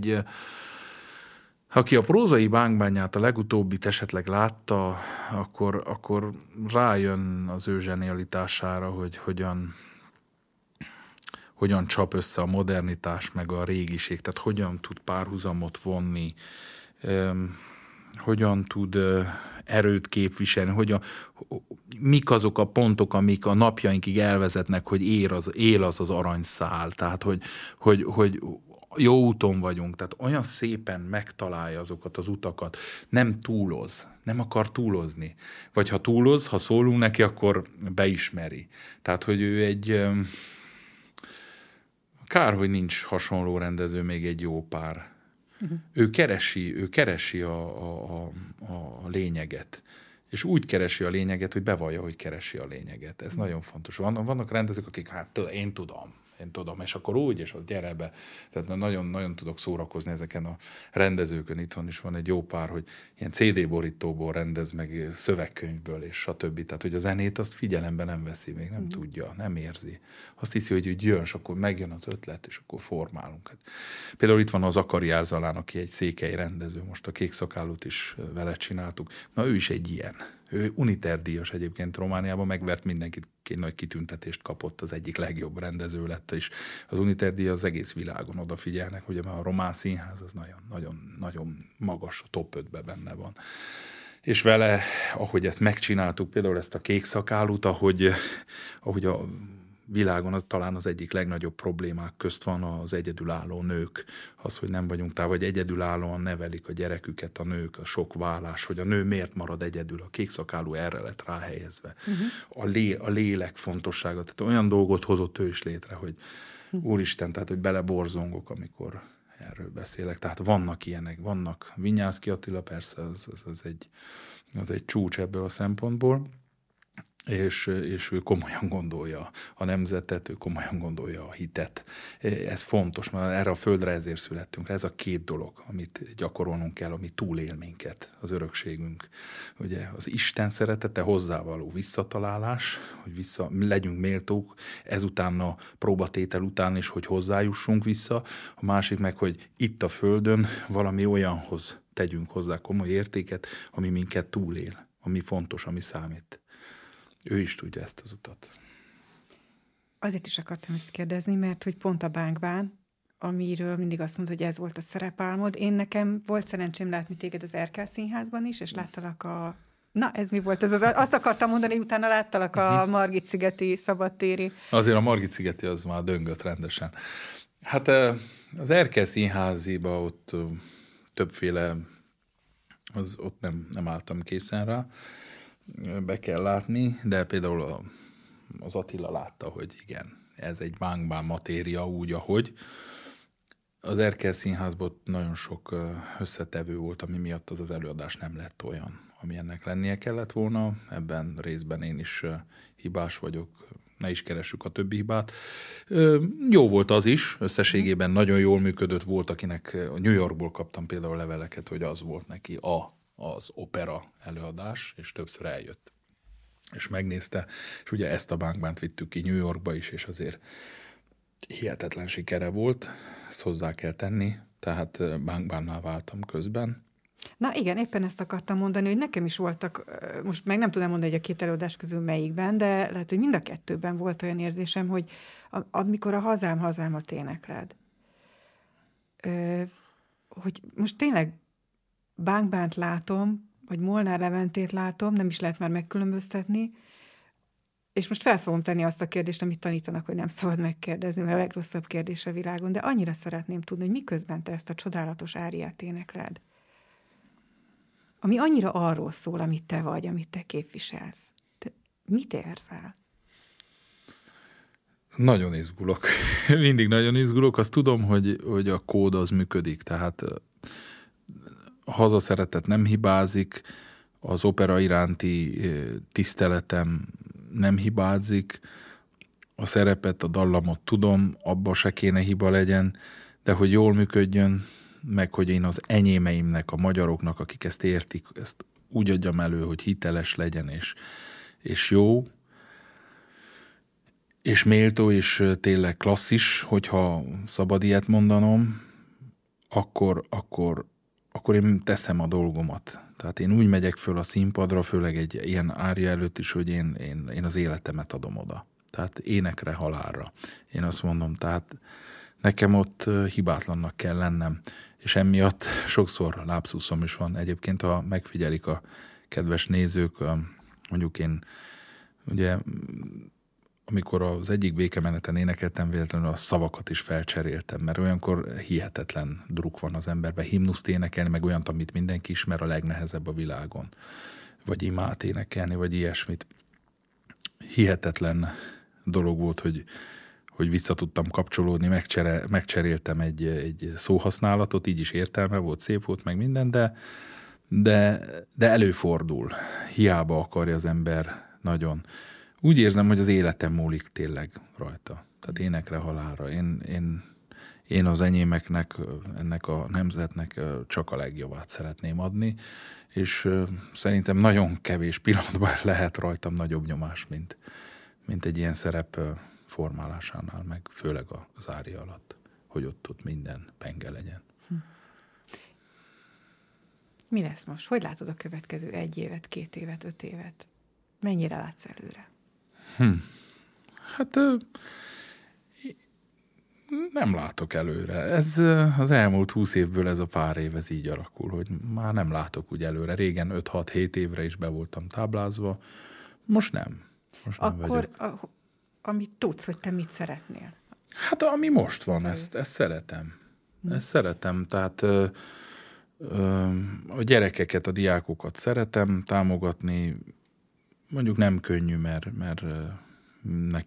S2: aki a prózai bánkbányát, a legutóbbit esetleg látta, akkor rájön az ő zsenialitására, hogy hogyan csap össze a modernitás, meg a régiség, tehát hogyan tud párhuzamot vonni, hogyan tud erőt képviselni, mik azok a pontok, amik a napjainkig elvezetnek, hogy él az aranyszál, tehát hogy jó úton vagyunk, tehát olyan szépen megtalálja azokat az utakat, nem túloz, nem akar túlozni. Vagy ha túloz, ha szólunk neki, akkor beismeri. Tehát, hogy ő egy... Kár, hogy nincs hasonló rendező, még egy jó pár. Ő keresi a lényeget. És úgy keresi a lényeget, hogy bevallja, hogy keresi a lényeget. Ez nagyon fontos. Vannak rendezők, akik én tudom, és akkor úgy, és ott gyere be. Tehát nagyon tudok szórakozni ezeken a rendezőkön. Itthon is van egy jó pár, hogy ilyen CD borítóból rendez, meg szövegkönyvből, és stb. Tehát, hogy a zenét azt figyelembe nem veszi, még nem tudja, nem érzi. Azt hiszi, hogy jön, és akkor megjön az ötlet, és akkor formálunk. Hát, például itt van az Akari Árzalán, aki egy székely rendező, most a Kék Szakállút is vele csináltuk. Na, ő is egy ilyen. Ő Uniter díjas egyébként Romániában, megvert mindenkit, egy nagy kitüntetést kapott, az egyik legjobb rendező lett, és az Uniter díj az egész világon odafigyelnek, ugye a román színház az nagyon magas, a top 5-ben benne van. És vele, ahogy ezt megcsináltuk, például ezt a Kék Szakállút, ahogy a világon talán az egyik legnagyobb problémák közt van az egyedülálló nők. Az, hogy nem vagyunk távol, vagy egyedülállóan nevelik a gyereküket a nők, a sok vállás, hogy a nő miért marad egyedül. A Kék Szakállú erre lett ráhelyezve. A lélek fontossága. Tehát olyan dolgot hozott ő is létre, hogy úristen, tehát hogy beleborzongok, amikor erről beszélek. Tehát vannak ilyenek, vannak. Vinyánszky Attila persze, az egy csúcs ebből a szempontból. és ő komolyan gondolja a nemzetet, ő komolyan gondolja a hitet. Ez fontos, mert erre a földre ezért születtünk. Ez a két dolog, amit gyakorolnunk kell, ami túlél minket, az örökségünk. Ugye az Isten szeretete, hozzávaló visszatalálás, hogy legyünk méltók, ezután a próbatétel után is, hogy hozzájussunk vissza. A másik meg, hogy itt a földön valami olyanhoz tegyünk hozzá komoly értéket, ami minket túlél, ami fontos, ami számít. Ő is tudja ezt az utat.
S1: Azért is akartam ezt kérdezni, mert hogy pont a Bánkbán, amiről mindig azt mondod, hogy ez volt a szerepálmod. Nekem volt szerencsém látni téged az Erkel Színházban is, és láttalak Na, ez mi volt? Azt akartam mondani, hogy utána láttalak a Margit-szigeti szabadtéri.
S2: Azért a Margit-szigeti az már döngött rendesen. Hát az Erkel Színháziba ott többféle, ott nem álltam készen rá, be kell látni, de például az Attila látta, hogy igen, ez egy Bánkbán matéria úgy, ahogy. Az Erkel Színházban nagyon sok összetevő volt, ami miatt az előadás nem lett olyan, ami ennek lennie kellett volna. Ebben részben én is hibás vagyok, ne is keressük a többi hibát. Jó volt az is, összességében nagyon jól működött, volt, akinek New Yorkból kaptam például leveleket, hogy az volt neki az opera előadás, és többször eljött. És megnézte, és ugye ezt a Bánkbánt vittük ki New Yorkba is, és azért hihetetlen sikere volt, ezt hozzá kell tenni, tehát Bánkbánnál váltam közben.
S1: Na igen, éppen ezt akartam mondani, hogy nekem is voltak, most meg nem tudom mondani, hogy a két előadás közül melyikben, de lehet, hogy mind a kettőben volt olyan érzésem, hogy amikor a hazámat énekled, hogy most tényleg Bánkbánt látom, vagy Molnár Leventét látom, nem is lehet már megkülönböztetni, és most fel fogom tenni azt a kérdést, amit tanítanak, hogy nem szabad megkérdezni, mert a legrosszabb kérdés a világon, de annyira szeretném tudni, hogy miközben te ezt a csodálatos áriát énekled, ami annyira arról szól, amit te vagy, amit te képviselsz. Te mit érzel?
S2: Nagyon izgulok. Mindig nagyon izgulok. Azt tudom, hogy a kód az működik, tehát a hazaszeretet nem hibázik, az opera iránti tiszteletem nem hibázik, a szerepet, a dallamot tudom, abba se kéne hiba legyen, de hogy jól működjön, meg hogy én az enyémeimnek, a magyaroknak, akik ezt értik, ezt úgy adjam elő, hogy hiteles legyen, és jó, és méltó, és tényleg klasszis, hogyha szabad ilyet mondanom, akkor én teszem a dolgomat. Tehát én úgy megyek föl a színpadra, főleg egy ilyen ária előtt is, hogy én az életemet adom oda. Tehát énekre, halálra. Én azt mondom, tehát nekem ott hibátlannak kell lennem, és emiatt sokszor lábszuszom is van. Egyébként, ha megfigyelik a kedves nézők, mondjuk én ugye amikor az egyik békemeneten énekeltem, véletlenül a szavakat is felcseréltem, mert olyankor hihetetlen druk van az emberben, himnuszt énekelni, meg olyant, amit mindenki ismer, a legnehezebb a világon. Vagy imát énekelni, vagy ilyesmit. Hihetetlen dolog volt, hogy vissza tudtam kapcsolódni, megcseréltem egy szóhasználatot, így is értelme volt, szép volt, meg minden, de előfordul. Hiába akarja az ember nagyon. Úgy érzem, hogy az életem múlik tényleg rajta. Tehát énekre, halálra. Én az enyémeknek, ennek a nemzetnek csak a legjobbát szeretném adni, és szerintem nagyon kevés pillanatban lehet rajtam nagyobb nyomás, mint egy ilyen szerep formálásánál, meg főleg az ária alatt, hogy ott minden penge legyen.
S1: Mi lesz most? Hogy látod a következő 1 évet, 2 évet, 5 évet? Mennyire látsz előre?
S2: Hát nem látok előre. Ez az elmúlt 20 évből ez a pár év, ez így alakul, hogy már nem látok úgy előre. Régen 5-6-7 évre is be voltam táblázva. Most nem.
S1: Akkor, amit tudsz, hogy te mit szeretnél?
S2: Hát ami most van, ezt szeretem. Ezt szeretem, tehát a gyerekeket, a diákokat szeretem támogatni. Mondjuk nem könnyű, mert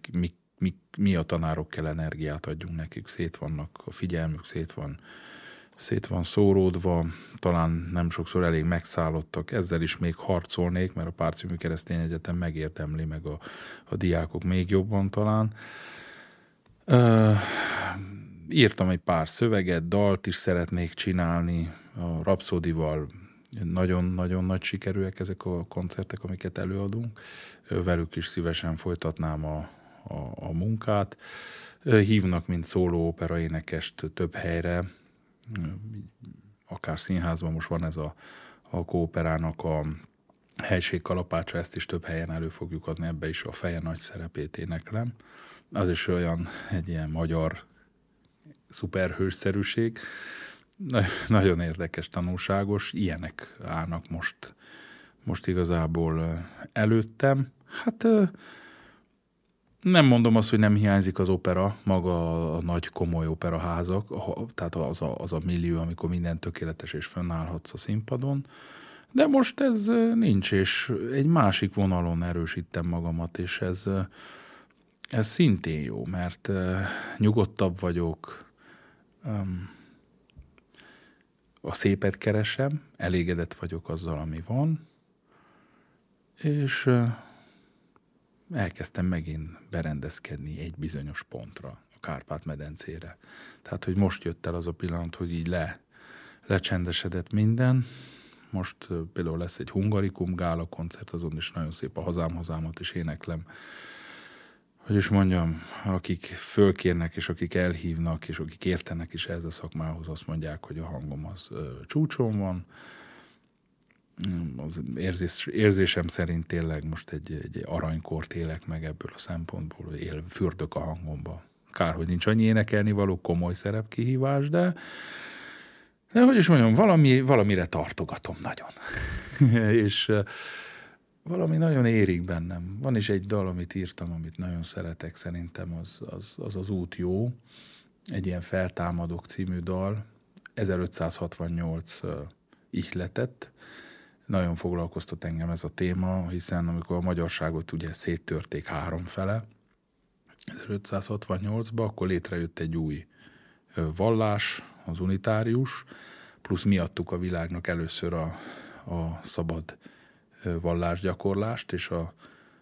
S2: mi a tanárok kell energiát adjunk nekik, szét vannak, a figyelmük szét van szét van szóródva, talán nem sokszor elég megszállottak. Ezzel is még harcolnék, mert a Pár című keresztény egyetem megérdemli, meg a diákok még jobban talán. Írtam egy pár szöveget, dalt is szeretnék csinálni. A Rapszódival nagyon-nagyon nagy sikerűek ezek a koncertek, amiket előadunk. Velük is szívesen folytatnám a munkát. Hívnak, mint szóló opera énekest több helyre, akár színházban. Most van ez a kóperának a Helység kalapácsa, ezt is több helyen elő fogjuk adni, ebbe is a Feje nagy szerepét éneklem. Az is olyan egy ilyen magyar szuperhősszerűség. Nagyon érdekes, tanulságos. Ilyenek állnak most igazából előttem. Hát nem mondom azt, hogy nem hiányzik az opera, maga a nagy komoly operaházak, tehát az a millió, amikor minden tökéletes és fönnállhatsz a színpadon. De most ez nincs, és egy másik vonalon erősítem magamat, és ez szintén jó, mert nyugodtabb vagyok, a szépet keresem, elégedett vagyok azzal, ami van, és elkezdtem megint berendezkedni egy bizonyos pontra, a Kárpát-medencére. Tehát, hogy most jött el az a pillanat, hogy így lecsendesedett minden. Most például lesz egy Hungarikum gála koncert, azon is nagyon szép a Hazámat is éneklem. Hogy is mondjam, akik fölkérnek, és akik elhívnak, és akik értenek is ehhez a szakmához, azt mondják, hogy a hangom az csúcson van. Az érzésem szerint tényleg most egy aranykort élek meg ebből a szempontból, hogy fürdök a hangomba. Kár, hogy nincs annyi énekelni való, komoly szerepkihívás, de hogy is mondjam, valamire tartogatom nagyon. És valami nagyon érik bennem. Van is egy dal, amit írtam, amit nagyon szeretek, szerintem az út jó. Egy ilyen Feltámadok című dal. 1568 ihletett. Nagyon foglalkoztat engem ez a téma, hiszen amikor a magyarságot ugye széttörték háromfele, 1568-ban, akkor létrejött egy új vallás, az unitárius, plusz mi adtuk a világnak először a szabad vallásgyakorlást és a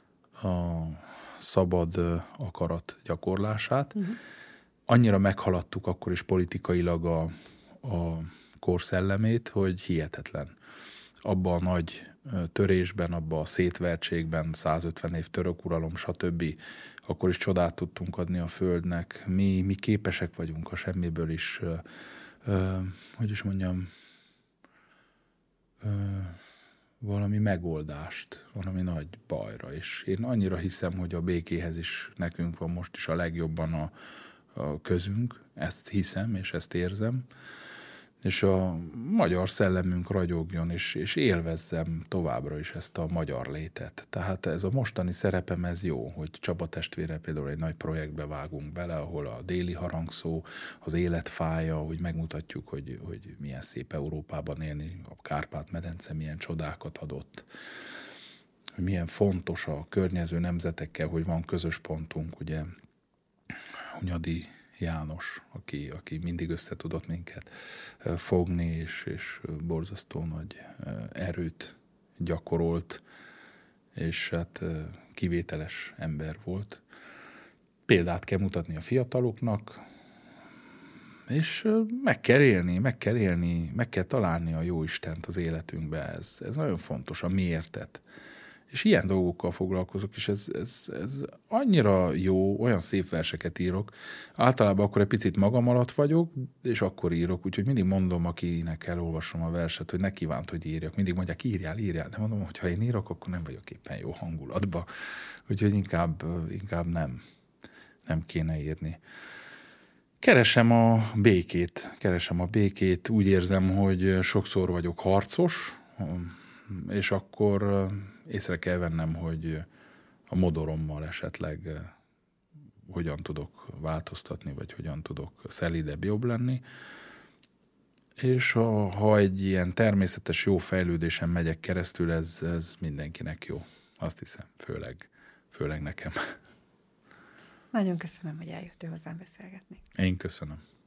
S2: szabad akarat gyakorlását. Uh-huh. Annyira meghaladtuk akkor is politikailag a korszellemét, hogy hihetetlen. Abba a nagy törésben, abba a szétvertségben, 150 év török uralom, stb. Akkor is csodát tudtunk adni a Földnek. Mi képesek vagyunk a semmiből is, hogy is mondjam, valami megoldást, valami nagy bajra. És én annyira hiszem, hogy a békéhez is nekünk van most is a legjobban a közünk. Ezt hiszem, és ezt érzem. És a magyar szellemünk ragyogjon, és élvezzem továbbra is ezt a magyar létet. Tehát ez a mostani szerepem, ez jó, hogy Csaba testvére például egy nagy projektbe vágunk bele, ahol a déli harangszó, az életfája, hogy megmutatjuk, hogy milyen szép Európában élni, a Kárpát-medence milyen csodákat adott, hogy milyen fontos a környező nemzetekkel, hogy van közös pontunk, ugye Hunyadi János, aki mindig össze tudott minket fogni, és borzasztó nagy erőt gyakorolt, és hát kivételes ember volt. Példát kell mutatni a fiataloknak, és meg kell élni, meg kell találni a jóistent az életünkbe. Ez nagyon fontos, a miértet. És ilyen dolgokkal foglalkozok, és ez annyira jó, olyan szép verseket írok. Általában akkor egy picit magam alatt vagyok, és akkor írok, úgyhogy mindig mondom, akinek elolvasom a verset, hogy ne kívánt, hogy írjak. Mindig mondják, írjál, de mondom, hogy ha én írok, akkor nem vagyok éppen jó hangulatba. Úgyhogy inkább nem kéne írni. Keresem a békét. Úgy érzem, hogy sokszor vagyok harcos, és akkor észre kell vennem, hogy a modorommal esetleg hogyan tudok változtatni, vagy hogyan tudok szelídebb, jobb lenni. És ha egy ilyen természetes jó fejlődésen megyek keresztül, ez mindenkinek jó. Azt hiszem, főleg nekem.
S1: Nagyon köszönöm, hogy eljöttél hozzám beszélgetni.
S2: Én köszönöm.